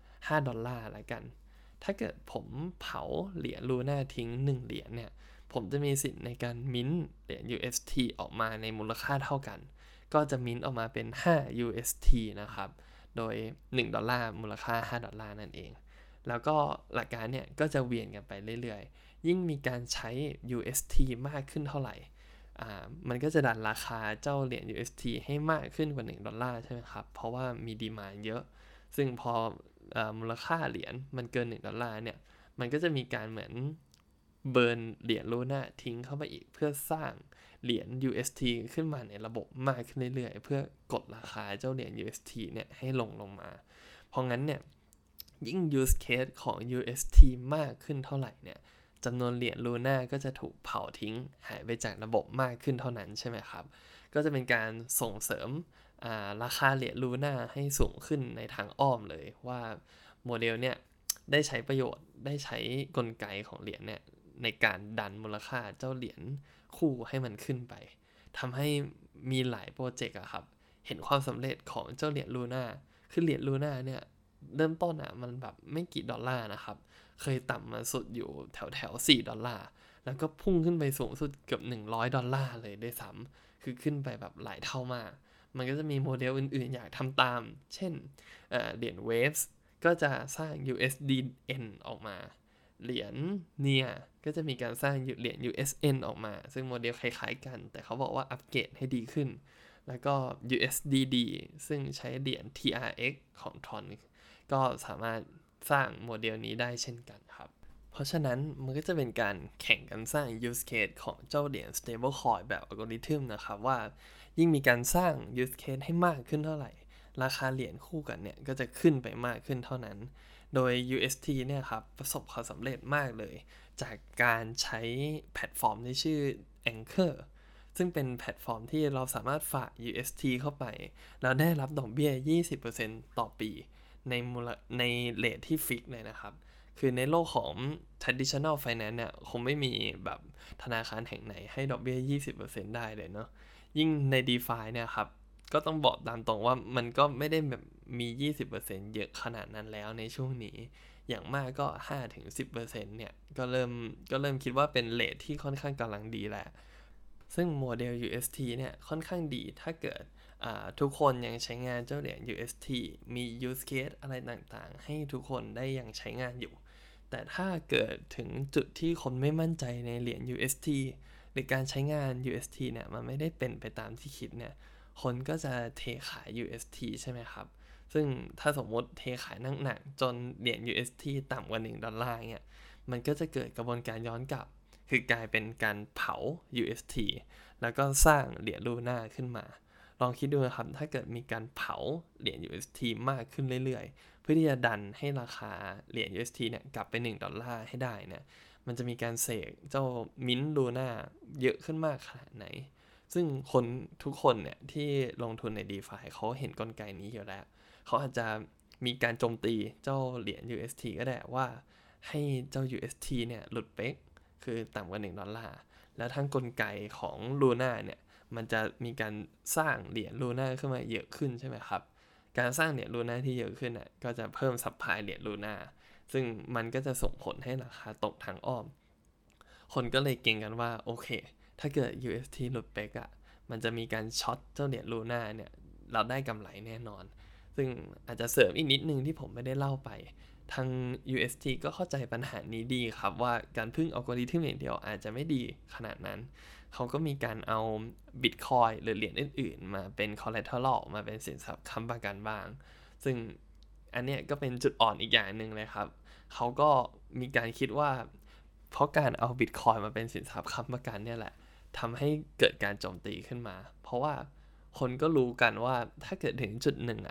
$5ละกันถ้าเกิดผมเผาเหรียญ Luna ทิ้ง1เหรียญเนี่ยผมจะมีสิทธิ์ในการมิ้นเหรียญ UST ออกมาในมูลค่าเท่ากันก็จะมิ้นออกมาเป็น5 UST นะครับโดย$1มูลค่า$5นั่นเองแล้วก็หลักการเนี่ยก็จะเวียนกันไปเรื่อยๆยิ่งมีการใช้ UST มากขึ้นเท่าไหร่มันก็จะดันราคาเจ้าเหรียญ UST ให้มากขึ้นกว่า$1ใช่ไหมครับเพราะว่ามีดีมานด์เยอะซึ่งพอมูลค่าเหรียญมันเกิน$1เนี่ยมันก็จะมีการเหมือนเบิร์นเหรียญลูน่าทิ้งเข้าไปอีกเพื่อสร้างเหรียญ UST ขึ้นมาในระบบมากขึ้นเรื่อยๆเพื่อกดราคาเจ้าเหรียญ UST เนี่ยให้ลงมาเพราะงั้นเนี่ยยิ่ง use case ของ UST มากขึ้นเท่าไหร่เนี่ยจำนวนเหรียญลูน่าก็จะถูกเผาทิ้งหายไปจากระบบมากขึ้นเท่านั้นใช่ไหมครับก็จะเป็นการส่งเสริมราคาเหรียญลูน่าให้สูงขึ้นในทางอ้อมเลยว่าโมเดลเนี่ยได้ใช้ประโยชน์ได้ใช้กลไกของเหรียญเนี่ยในการดันมูลค่าเจ้าเหรียญคู่ให้มันขึ้นไปทำให้มีหลายโปรเจกต์อะครับเห็นความสำเร็จของเจ้าเหรียญลูน่าคือเหรียญลูน่าเนี่ยเริ่มต้นอะมันแบบไม่กี่ดอลลาร์นะครับเคยต่ำมาสุดอยู่แถว$4แล้วก็พุ่งขึ้นไปสูงสุดเกือบ$100เลยด้วยซ้ำคือขึ้นไปแบบหลายเท่ามากมันก็จะมีโมเดลอื่นๆอยากทำตามเช่นเหรียญ Waves ก็จะสร้าง USDN ออกมาเหรียญเนียก็จะมีการสร้างเหรียญ USN ออกมาซึ่งโมเดลคล้ายๆกันแต่เขาบอกว่าอัปเกรดให้ดีขึ้นแล้วก็ USDD ซึ่งใช้เหรียญ TRX ของ Tron ก็สามารถสร้างโมเดลนี้ได้เช่นกันครับเพราะฉะนั้นมันก็จะเป็นการแข่งกันสร้าง use case ของเจ้าเหรียญ stablecoin แบบอัลกอริทึมนะครับว่ายิ่งมีการสร้าง use case ให้มากขึ้นเท่าไหร่ราคาเหรียญคู่กันเนี่ยก็จะขึ้นไปมากขึ้นเท่านั้นโดย UST เนี่ยครับประสบความสำเร็จมากเลยจากการใช้แพลตฟอร์มที่ชื่อ Anchor ซึ่งเป็นแพลตฟอร์มที่เราสามารถฝาก UST เข้าไปแล้วได้รับดอกเบี้ย 20% ต่อปีในเรทที่ฟิกเลยนะครับคือในโลกของ traditional finance เนี่ยคงไม่มีแบบธนาคารแห่งไหนให้ดอกเบี้ย 20% ได้เลยเนาะยิ่งใน DeFi เนี่ยครับก็ต้องบอกตามตรงว่ามันก็ไม่ได้แบบมี 20% เยอะขนาดนั้นแล้วในช่วงนี้อย่างมากก็ 5-10% เนี่ยก็เริ่มคิดว่าเป็นเรทที่ค่อนข้างกำลังดีแหละซึ่งโมเดล UST เนี่ยค่อนข้างดีถ้าเกิดทุกคนยังใช้งานเจ้าเหรียญ UST มี use case อะไรต่างๆให้ทุกคนได้ยังใช้งานอยู่แต่ถ้าเกิดถึงจุดที่คนไม่มั่นใจในเหรียญ UST หรือการใช้งาน UST เนี่ยมันไม่ได้เป็นไปตามที่คิดเนี่ยคนก็จะเทขาย UST ใช่ไหมครับซึ่งถ้าสมมติเทขายหนักๆจนเหรียญ UST ต่ำกว่า$1เนี่ยมันก็จะเกิดกระบวนการย้อนกลับคือกลายเป็นการเผา UST แล้วก็สร้างเหรียญลูน่าขึ้นมาลองคิดดูนะครับถ้าเกิดมีการเผาเหรียญ UST มากขึ้นเรื่อยๆเพื่อที่จะดันให้ราคาเหรียญ UST เนี่ยกลับไป$1ให้ได้เนี่ยมันจะมีการเสกเจ้ามิ้นท์ลูน่าเยอะขึ้นมากขนาดไหนซึ่งคนทุกคนเนี่ยที่ลงทุนใน DeFi เขาเห็นกลไกนี้อยู่แล้วเขาอาจจะมีการโจมตีเจ้าเหรียญ UST ก็ได้ว่าให้เจ้า UST เนี่ยหลุดเป๊กคือต่ำกว่า$1แล้วทั้งกลไกของลูน่าเนี่ยมันจะมีการสร้างเหรียญลูน่าขึ้นมาเยอะขึ้นใช่ไหมครับการสร้างเหรียญลูน่าที่เยอะขึ้นน่ะก็จะเพิ่มซัพพลายเหรียญลูน่าซึ่งมันก็จะส่งผลให้ราคาตกทางอ้อมคนก็เลยเก่งกันว่าโอเคถ้าเกิด UST หลุดเป๊กอะมันจะมีการช็อตเจ้าเหรียญลูน่าเนี่ยเราได้กำไรแน่นอนซึ่งอาจจะเสริมอีกนิดนึงที่ผมไม่ได้เล่าไปทาง UST ก็เข้าใจปัญหานี้ดีครับว่าการพึ่งอัลกอริทึมอย่างเดียวอาจจะไม่ดีขนาดนั้นเขาก็มีการเอา Bitcoin หรือเหรียญอื่นๆมาเป็น collateral มาเป็นสินทรัพย์ค้ำประกันบ้างซึ่งอันเนี้ยก็เป็นจุดอ่อนอีกอย่างหนึ่งเลยครับเขาก็มีการคิดว่าเพราะการเอา Bitcoin มาเป็นสินทรัพย์ค้ำประกันเนี่ยแหละทำให้เกิดการโจมตีขึ้นมาเพราะว่าคนก็รู้กันว่าถ้าเกิดถึงจุดหนึ่ง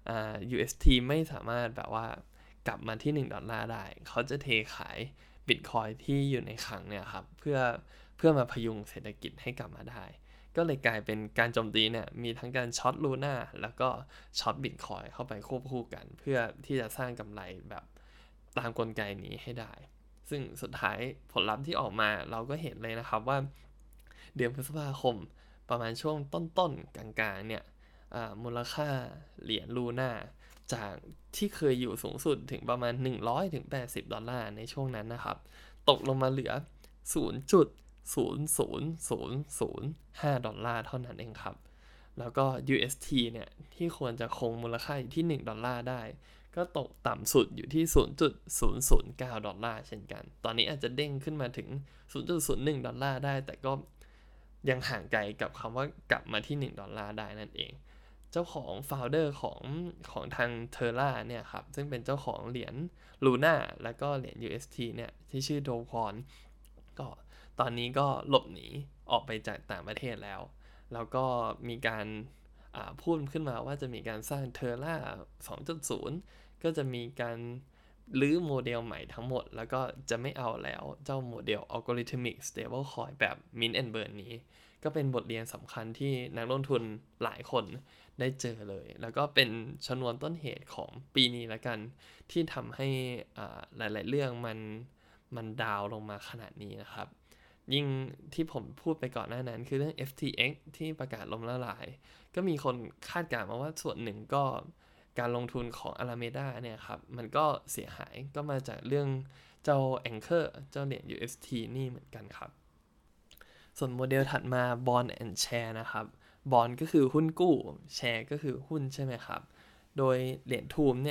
UST ไม่สามารถแบบว่ากลับมาที่$1ได้เขาจะเทขาย Bitcoin ที่อยู่ในคลังเนี่ยครับเพื่อมาพยุงเศรษฐกิจให้กลับมาได้ก็เลยกลายเป็นการโจมตีเนี่ยมีทั้งการช็อตลูน่าแล้วก็ช็อต Bitcoin เข้าไปควบคู่กันเพื่อที่จะสร้างกำไรแบบตามกลไกนี้ให้ได้ซึ่งสุดท้ายผลลัพธ์ที่ออกมาเราก็เห็นเลยนะครับว่าเดือนพฤษภาคมประมาณช่วงต้นๆกลางๆเนี่ยมูลค่าเหรียญลูน่าจากที่เคยอยู่สูงสุดถึงประมาณ$100-$80ในช่วงนั้นนะครับตกลงมาเหลือ$0.00005เท่านั้นเองครับแล้วก็ UST เนี่ยที่ควรจะคงมูลค่าอยู่ที่$1ได้ก็ตกต่ำสุดอยู่ที่$0.009เช่นกันตอนนี้อาจจะเด้งขึ้นมาถึง$0.01ได้แต่ก็ยังห่างไกลกับคำว่ากลับมาที่$1ได้นั่นเองเจ้าของ founder ของทาง Terra เนี่ยครับซึ่งเป็นเจ้าของเหรียญ Luna แล้วก็เหรียญ UST เนี่ยที่ชื่อโดควอนก็ตอนนี้ก็หลบหนีออกไปจากต่างประเทศแล้วก็มีการพูดขึ้นมาว่าจะมีการสร้าง Terra 2.0 ก็จะมีการรื้อโมเดลใหม่ทั้งหมดแล้วก็จะไม่เอาแล้วเจ้าโมเดล Algorithmic Stablecoin แบบ Mint and Burn นี้ก็เป็นบทเรียนสำคัญที่นักลงทุนหลายคนได้เจอเลยแล้วก็เป็นชนวนต้นเหตุของปีนี้ละกันที่ทำให้หลายๆเรื่องมันดาวลงมาขนาดนี้นะครับยิ่งที่ผมพูดไปก่อนหน้านั้นคือเรื่อง FTX ที่ประกาศล้มละลายก็มีคนคาดการณ์มาว่าส่วนหนึ่งก็การลงทุนของ Alameda เนี่ยครับมันก็เสียหายก็มาจากเรื่องเจ้า Anchor เจ้าเหรียญ UST นี่เหมือนกันครับส่วนโมเดลถัดมา Bond and Share นะครับ Bond ก็คือหุ้นกู้ Share ก็คือหุ้นใช่ไหมครับโดยเหรียญทูมเนี่ย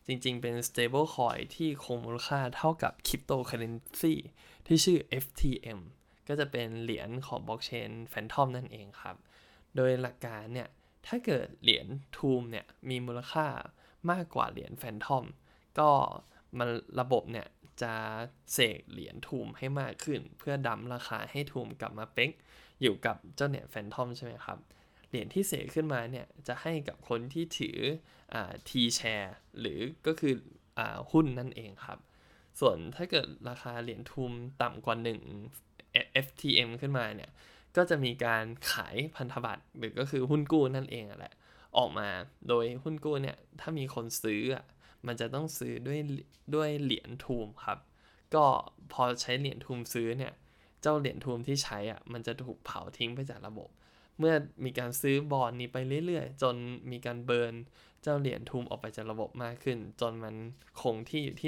จริงๆเป็น stable coin ที่คงมูลค่าเท่ากับ cryptocurrency ที่ชื่อ FTM ก็จะเป็นเหรียญของบล็อกเชน Phantom นั่นเองครับโดยหลักการเนี่ยถ้าเกิดเหรียญ Tomb เนี่ยมีมูลค่ามากกว่าเหรียญ Phantom ก็มันระบบเนี่ยจะเสกเหรียญ Tomb ให้มากขึ้นเพื่อดั้มราคาให้ Tomb กลับมาเป๊กอยู่กับเจ้าเหรียญ Phantom ใช่ไหมครับเหรียญที่เสกขึ้นมาเนี่ยจะให้กับคนที่ถือT-share หรือก็คือหุ้นนั่นเองครับส่วนถ้าเกิดราคาเหรียญทุมต่ำกว่า1 FTM ขึ้นมาเนี่ยก็จะมีการขายพันธบัตรหรือก็คือหุ้นกู้นั่นเองแหละออกมาโดยหุ้นกู้เนี่ยถ้ามีคนซื้อมันจะต้องซื้อด้วยเหรียญทูมครับก็พอใช้เหรียญทูมซื้อเนี่ยเจ้าเหรียญทูมที่ใช้มันจะถูกเผาทิ้งไปจากระบบเมื่อมีการซื้อบอลนี้ไปเรื่อยๆจนมีการเบิร์นเจ้าเหรียญทูมออกไปจากระบบมากขึ้นจนมันคงที่อยู่ที่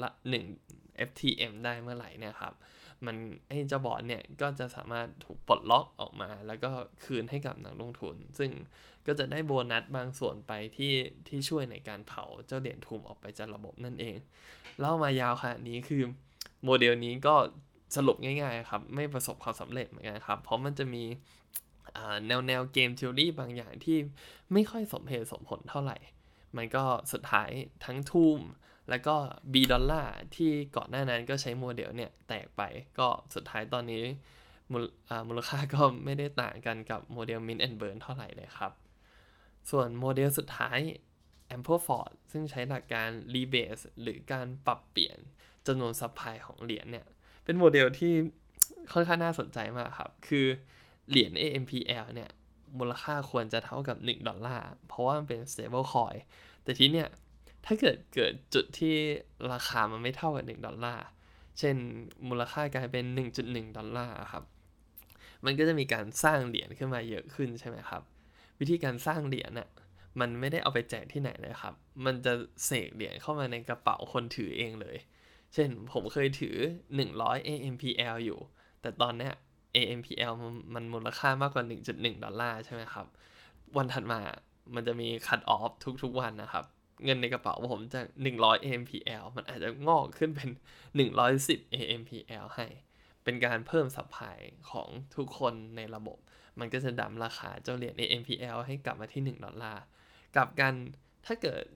1 FTM ได้เมื่อไหร่เนี่ยครับมันเจ้าบอลเนี่ยก็จะสามารถถูกปลดล็อกออกมาแล้วก็คืนให้กับนักลงทุนซึ่งก็จะได้โบนัสบางส่วนไปที่ช่วยในการเผาเจ้าเหรียญทูมออกไปจากระบบนั่นเองเล่ามายาวขนาดนี้คือโมเดลนี้ก็สรุปง่ายๆครับไม่ประสบความสำเร็จเหมือนกันครับเพราะมันจะมีแนวเกมทิวรี่บางอย่างที่ไม่ค่อยสมเหตุสมผลเท่าไหร่มันก็สุดท้ายทั้งทูมแล้วก็ B ดอลลาร์ที่ก่อนหน้านั้นก็ใช้โมเดลเนี่ยแตกไปก็สุดท้ายตอนนี้มูลค่าก็ไม่ได้ต่างกันกับโมเดล Mint and Burn เท่าไหร่เลยครับส่วนโมเดลสุดท้าย Ampliford ซึ่งใช้หลักการ rebase หรือการปรับเปลี่ยนจำนวนซัพพลายของเหรียญเนี่ยเป็นโมเดลที่ค่อนข้างน่าสนใจมากครับคือเหรียญ AMPL เนี่ยมูลค่าควรจะเท่ากับ1ดอลลาร์เพราะว่ามันเป็น stable coin แต่ทีเนี้ยถ้าเกิดจุดที่ราคามันไม่เท่ากับ1ดอลลาร์เช่นมูลค่ากลายเป็น 1.1 ดอลลาร์ครับมันก็จะมีการสร้างเหรียญขึ้นมาเยอะขึ้นใช่ไหมครับวิธีการสร้างเหรียญมันไม่ได้เอาไปแจกที่ไหนเลยครับมันจะเสกเหรียญเข้ามาในกระเป๋าคนถือเองเลยเช่นผมเคยถือ100 AMPL อยู่แต่ตอนเนี้ย AMPL มันมูลค่ามากกว่า 1.1 ดอลลาร์ใช่ไหมครับวันถัดมามันจะมี cut off ทุกๆวันนะครับเงินในกระเป๋าผมจาก100 AMPL มันอาจจะงอกขึ้นเป็น110 AMPL ให้เป็นการเพิ่มซัพพลายของทุกคนในระบบมันก็จะดั้มราคาเจ้าเหรียญ AMPL ให้กลับมาที่1ดอลลาร์กับกันถ้าเกิด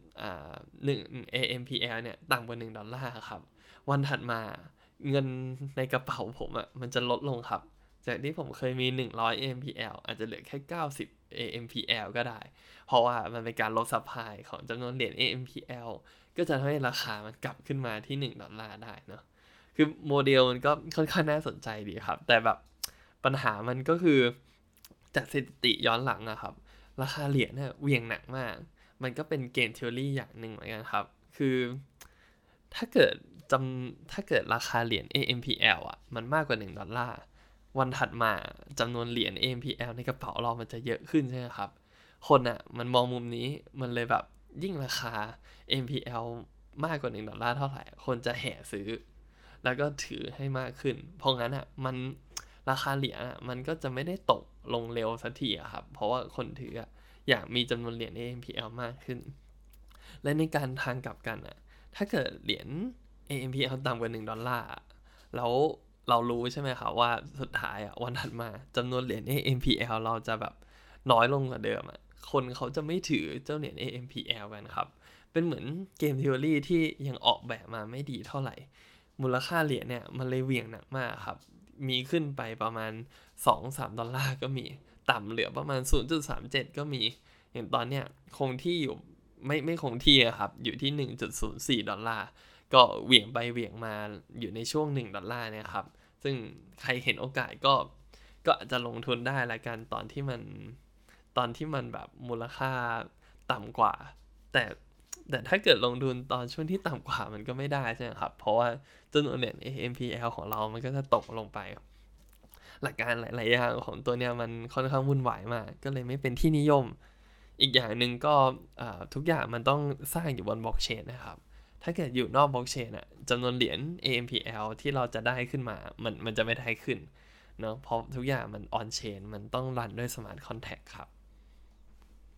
1 AMPL เนี่ยต่ำกว่า1ดอลลาร์ครับวันถัดมาเงินในกระเป๋าผมมันจะลดลงครับจากที่ผมเคยมี100 AMPL อาจจะเหลือแค่90 AMPL ก็ได้เพราะว่ามันเป็นการลดซัพพลายของจำนวนเหรียญ AMPL ก็จะทำให้ราคามันกลับขึ้นมาที่1ดอลลาร์ได้เนาะคือโมเดลมันก็ค่อนข้างน่าสนใจดีครับแต่แบบปัญหามันก็คือจากสถิติย้อนหลังครับราคาเหรียญเหวี่ยงหนักมากมันก็เป็นเกมทฤษฎีอย่างหนึ่งเหมือนกันครับคือถ้าเกิดถ้าเกิดราคาเหรียญ AMPL มันมากกว่า1ดอลลาร์วันถัดมาจำนวนเหรียญ AMPL ในกระเป๋าเรามันจะเยอะขึ้นใช่ไหมครับคนมันมองมุมนี้มันเลยแบบยิ่งราคา AMPL มากกว่า1ดอลลาร์เท่าไหร่คนจะแห่ซื้อแล้วก็ถือให้มากขึ้นเพราะงั้นมันราคาเหรียญมันก็จะไม่ได้ตกลงเร็วสักทีครับเพราะว่าคนถืออยากมีจำนวนเหรียญ AMPL มากขึ้นและในการทางกลับกันถ้าเกิดเหรียญ AMPL ต่ำกว่า1ดอลลาร์แล้วเรารู้ใช่ไหมครับว่าสุดท้ายวันถัดมาจำนวนเหรียญ AMPL เราจะแบบน้อยลงกว่าเดิมคนเขาจะไม่ถือเจ้าเหรียญ AMPL กันครับเป็นเหมือนเกมทฤษฎีที่ยังออกแบบมาไม่ดีเท่าไหร่มูลค่าเหรียญเนี่ยมันเลยเหวี่ยงหนักมากครับมีขึ้นไปประมาณ 2-3 ดอลลาร์ก็มีต่ำเหลือประมาณ 0.37 ก็มีอย่างตอนเนี้ยคงที่อยู่ไม่คงที่ครับอยู่ที่ 1.04 ดอลลาร์ก็เหวี่ยงไปเหวี่ยงมาอยู่ในช่วง1ดอลลาร์เนี่ยครับซึ่งใครเห็นโอกาสก็อาจจะลงทุนได้ละกันตอนที่มันแบบมูลค่าต่ำกว่าแต่ถ้าเกิดลงทุนตอนช่วงที่ต่ำกว่ามันก็ไม่ได้ใช่ไหมครับเพราะว่าจำนวนเหรียญ AMPL ของเรามันก็จะตกลงไปหลักการหลายๆอย่างของตัวเนี้ยมันค่อนข้างวุ่นวายมากก็เลยไม่เป็นที่นิยมอีกอย่างหนึ่งก็ทุกอย่างมันต้องสร้างอยู่บนบล็อกเชนนะครับถ้าเกิดอยู่นอกบล็อกเชนจำนวนเหรียญ AMPL ที่เราจะได้ขึ้นมามันจะไม่ได้ขึ้นเนาะเพราะทุกอย่างมันออนเชนมันต้องรันด้วย Smart Contract ครับ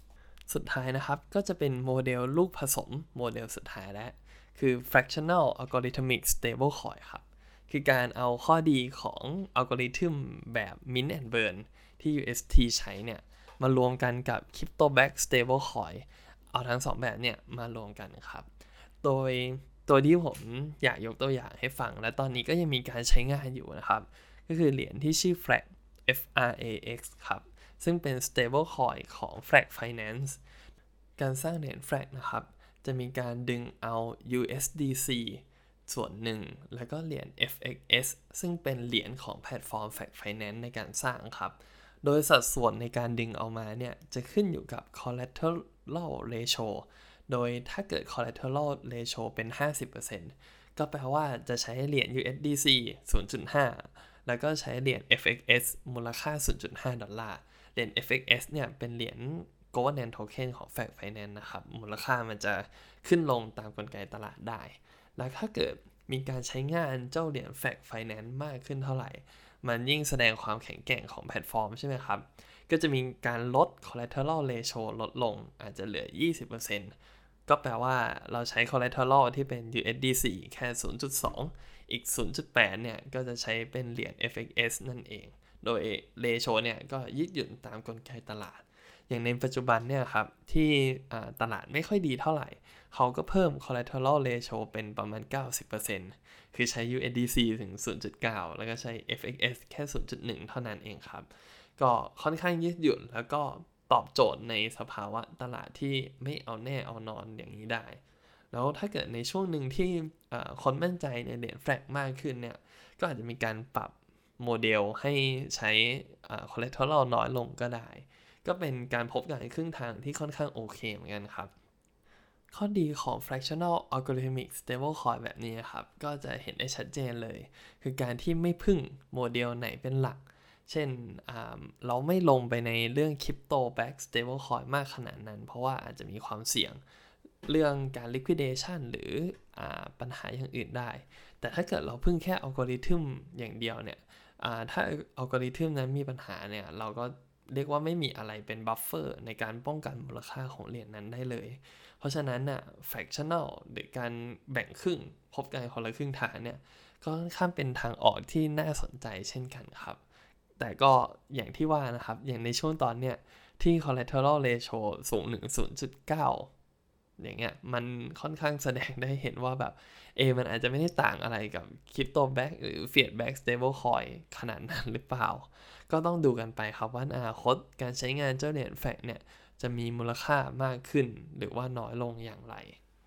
สุดท้ายนะครับก็จะเป็นโมเดลลูกผสมโมเดลสุดท้ายแล้วคือ fractional algorithmic stablecoin ครับคือการเอาข้อดีของอัลกอริทึมแบบ mint and burn ที่ UST ใช้เนี่ยมารวมกันกับ crypto back stablecoin เอาทั้งสองแบบเนี่ยมารวมกันครับโดยตัวที่ผมอยากยกตัวอย่างให้ฟังและตอนนี้ก็ยังมีการใช้งานอยู่นะครับก็คือเหรียญที่ชื่อ FRAX ครับซึ่งเป็น stablecoin ของ Frag Finance การสร้างเหรียญ Frag นะครับจะมีการดึงเอา USDC ส่วนหนึ่งแล้วก็เหรียญ FXS ซึ่งเป็นเหรียญของแพลตฟอร์ม Frag Finance ในการสร้างครับโดยสัดส่วนในการดึงเอามาเนี่ยจะขึ้นอยู่กับ collateral ratio โดยถ้าเกิด collateral ratio เป็น 50% ก็แปลว่าจะใช้เหรียญ USDC 0.5 แล้วก็ใช้เหรียญ FXS มูลค่า $0.5 เหรียญ FXS เนี่ยเป็นเหรียญ governance token ของ Frag Finance นะครับมูลค่ามันจะขึ้นลงตามกลไกตลาดได้แล้วถ้าเกิดมีการใช้งานเจ้าเหรียญ Frag Finance มากขึ้นเท่าไหร่มันยิ่งแสดงความแข็งแกร่งของแพลตฟอร์มใช่ไหมครับก็จะมีการลด collateral ratio ลดลงอาจจะเหลือ 20%ก็แปลว่าเราใช้ collateral ที่เป็น USDC แค่ 0.2 อีก 0.8 เนี่ยก็จะใช้เป็นเหรียญ FXS นั่นเองโดย ratio เนี่ยก็ยืดหยุ่นตามกลไกตลาดอย่างในปัจจุบันเนี่ยครับที่ตลาดไม่ค่อยดีเท่าไหร่เขาก็เพิ่ม collateral ratio เป็นประมาณ 90%คือใช้ USDC ถึง 0.9 แล้วก็ใช้ FXS แค่ 0.1 เท่านั้นเองครับก็ค่อนข้างยืดหยุ่นแล้วก็ตอบโจทย์ในสภาวะตลาดที่ไม่เอาแน่เอานอนอย่างนี้ได้แล้วถ้าเกิดในช่วงหนึ่งที่คนมั่นใจในเหรียญแฟลกมากขึ้นเนี่ยก็อาจจะมีการปรับโมเดลให้ใช้ collateral น้อยลงก็ได้ก็เป็นการพบกันครึ่งทางที่ค่อนข้างโอเคเหมือนกันครับข้อดีของ fractional algorithmic stablecoin แบบนี้ครับก็จะเห็นได้ชัดเจนเลยคือการที่ไม่พึ่งโมเดลไหนเป็นหลักเช่นเราไม่ลงไปในเรื่อง crypto back stablecoin มากขนาดนั้นเพราะว่าอาจจะมีความเสี่ยงเรื่องการ liquidation หรือปัญหาอย่างอื่นได้แต่ถ้าเกิดเราพึ่งแค่อัลกอริทึมอย่างเดียวเนี่ยถ้าอัลกอริทึมนั้นมีปัญหาเนี่ยเราก็เรียกว่าไม่มีอะไรเป็นบัฟเฟอร์ในการป้องกันมูลค่าของเหรียญนั้นได้เลยเพราะฉะนั้นน่ะ fractional หรือการแบ่งครึ่งพบกันคนละครึ่งทางเนี่ยก็ค่อนข้างเป็นทางออกที่น่าสนใจเช่นกันครับแต่ก็อย่างที่ว่านะครับอย่างในช่วงตอนเนี้ยที่ collateral ratio สูงถึง 0.9 อย่างเงี้ยมันค่อนข้างแสดงได้เห็นว่าแบบมันอาจจะไม่ได้ต่างอะไรกับ crypto back หรือ fiat back stable coin ขนาดนั้นหรือเปล่าก็ต้องดูกันไปครับว่าอนาคตการใช้งานเจ้าเหรียญแฟกเนี่ยจะมีมูลค่ามากขึ้นหรือว่าน้อยลงอย่างไร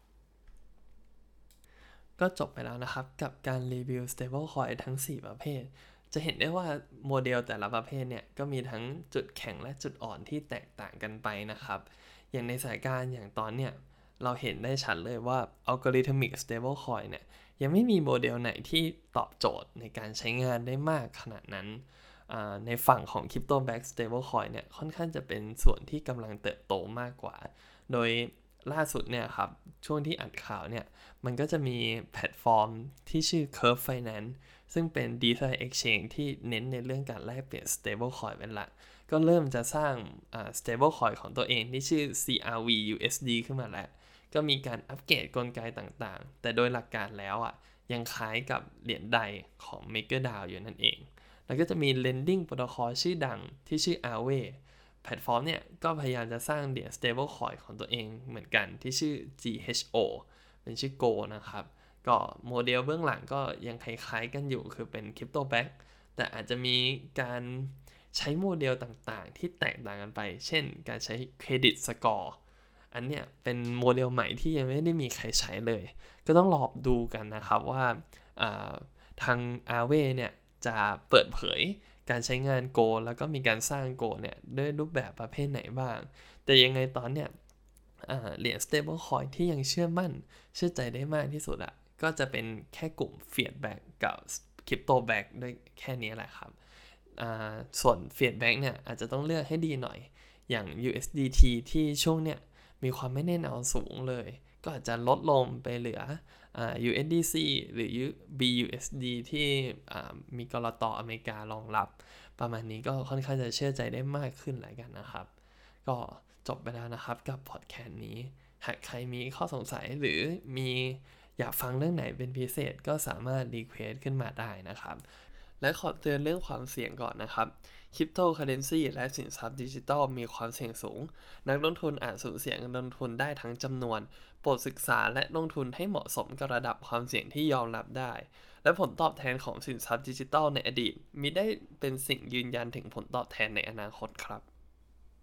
ก็จบไปแล้วนะครับกับการรีวิว stablecoin ทั้ง 4 ประเภทจะเห็นได้ว่าโมเดลแต่ละประเภทเนี่ยก็มีทั้งจุดแข็งและจุดอ่อนที่แตกต่างกันไปนะครับอย่างในสายการอย่างตอนเนี่ยเราเห็นได้ชัดเลยว่า algorithmic stablecoin เนี่ยยังไม่มีโมเดลไหนที่ตอบโจทย์ในการใช้งานได้มากขนาดนั้นในฝั่งของ crypto back stablecoin เนี่ยค่อนข้างจะเป็นส่วนที่กำลังเติบโตมากกว่าโดยล่าสุดเนี่ยครับช่วงที่อัดข่าวเนี่ยมันก็จะมีแพลตฟอร์มที่ชื่อ Curve Finance ซึ่งเป็น DeFi Exchange ที่เน้นในเรื่องการแลกเปลี่ยน stablecoin เป็นหลักก็เริ่มจะสร้างstablecoin ของตัวเองที่ชื่อ CRV-USD ขึ้นมาแล้วก็มีการอัปเกรดกลไกต่างๆแต่โดยหลักการแล้วยังคล้ายกับเหรียญใดของ MakerDAO อยู่นั่นเองแล้วก็จะมี lending protocol ชื่อดังที่ชื่อ Aave แพลตฟอร์มเนี่ยก็พยายามจะสร้างเหรียญ stablecoin ของตัวเองเหมือนกันที่ชื่อ GHO เป็นชื่อ Go นะครับก็โมเดลเบื้องหลังก็ยังคล้ายๆกันอยู่คือเป็น crypto back แต่อาจจะมีการใช้โมเดลต่างๆที่แตกต่างกันไปเช่นการใช้ credit score อันเนี้ยเป็นโมเดลใหม่ที่ยังไม่ได้มีใครใช้เลยก็ต้องรอดูกันนะครับว่าทาง Aave เนี่ยจะเปิดเผยการใช้งาน Go แล้วก็มีการสร้าง Go เนี่ยด้วยรูปแบบประเภทไหนบ้างแต่ยังไงตอนเนี้ยเหรียญ stablecoin ที่ยังเชื่อมั่นเชื่อใจได้มากที่สุดก็จะเป็นแค่กลุ่ม fiat back กับ crypto back ด้วยแค่นี้แหละครับส่วน fiat back เนี่ยอาจจะต้องเลือกให้ดีหน่อยอย่าง USDT ที่ช่วงเนี้ยมีความไม่แน่นอนสูงเลยก็อาจจะลดลงไปเหลือUSDC หรือ BUSD ที่มีกลต.อเมริการองรับประมาณนี้ก็ค่อนข้างจะเชื่อใจได้มากขึ้นหลายกันนะครับก็จบไปแล้วนะครับกับพอดแคสต์นี้หากใครมีข้อสงสัยหรือมีอยากฟังเรื่องไหนเป็นพิเศษก็สามารถรีเควสขึ้นมาได้นะครับและขอเตือนเรื่องความเสี่ยงก่อนนะครับคริปโตเคอเรนซีและสินทรัพย์ดิจิทัลมีความเสี่ยงสูงนักลงทุนอาจสูญเสียเงินลงทุนได้ทั้งจำนวนโปรดศึกษาและลงทุนให้เหมาะสมกับระดับความเสี่ยงที่ยอมรับได้และผลตอบแทนของสินทรัพย์ดิจิทัลในอดีตมิได้เป็นสิ่งยืนยันถึงผลตอบแทนในอนาคตครับ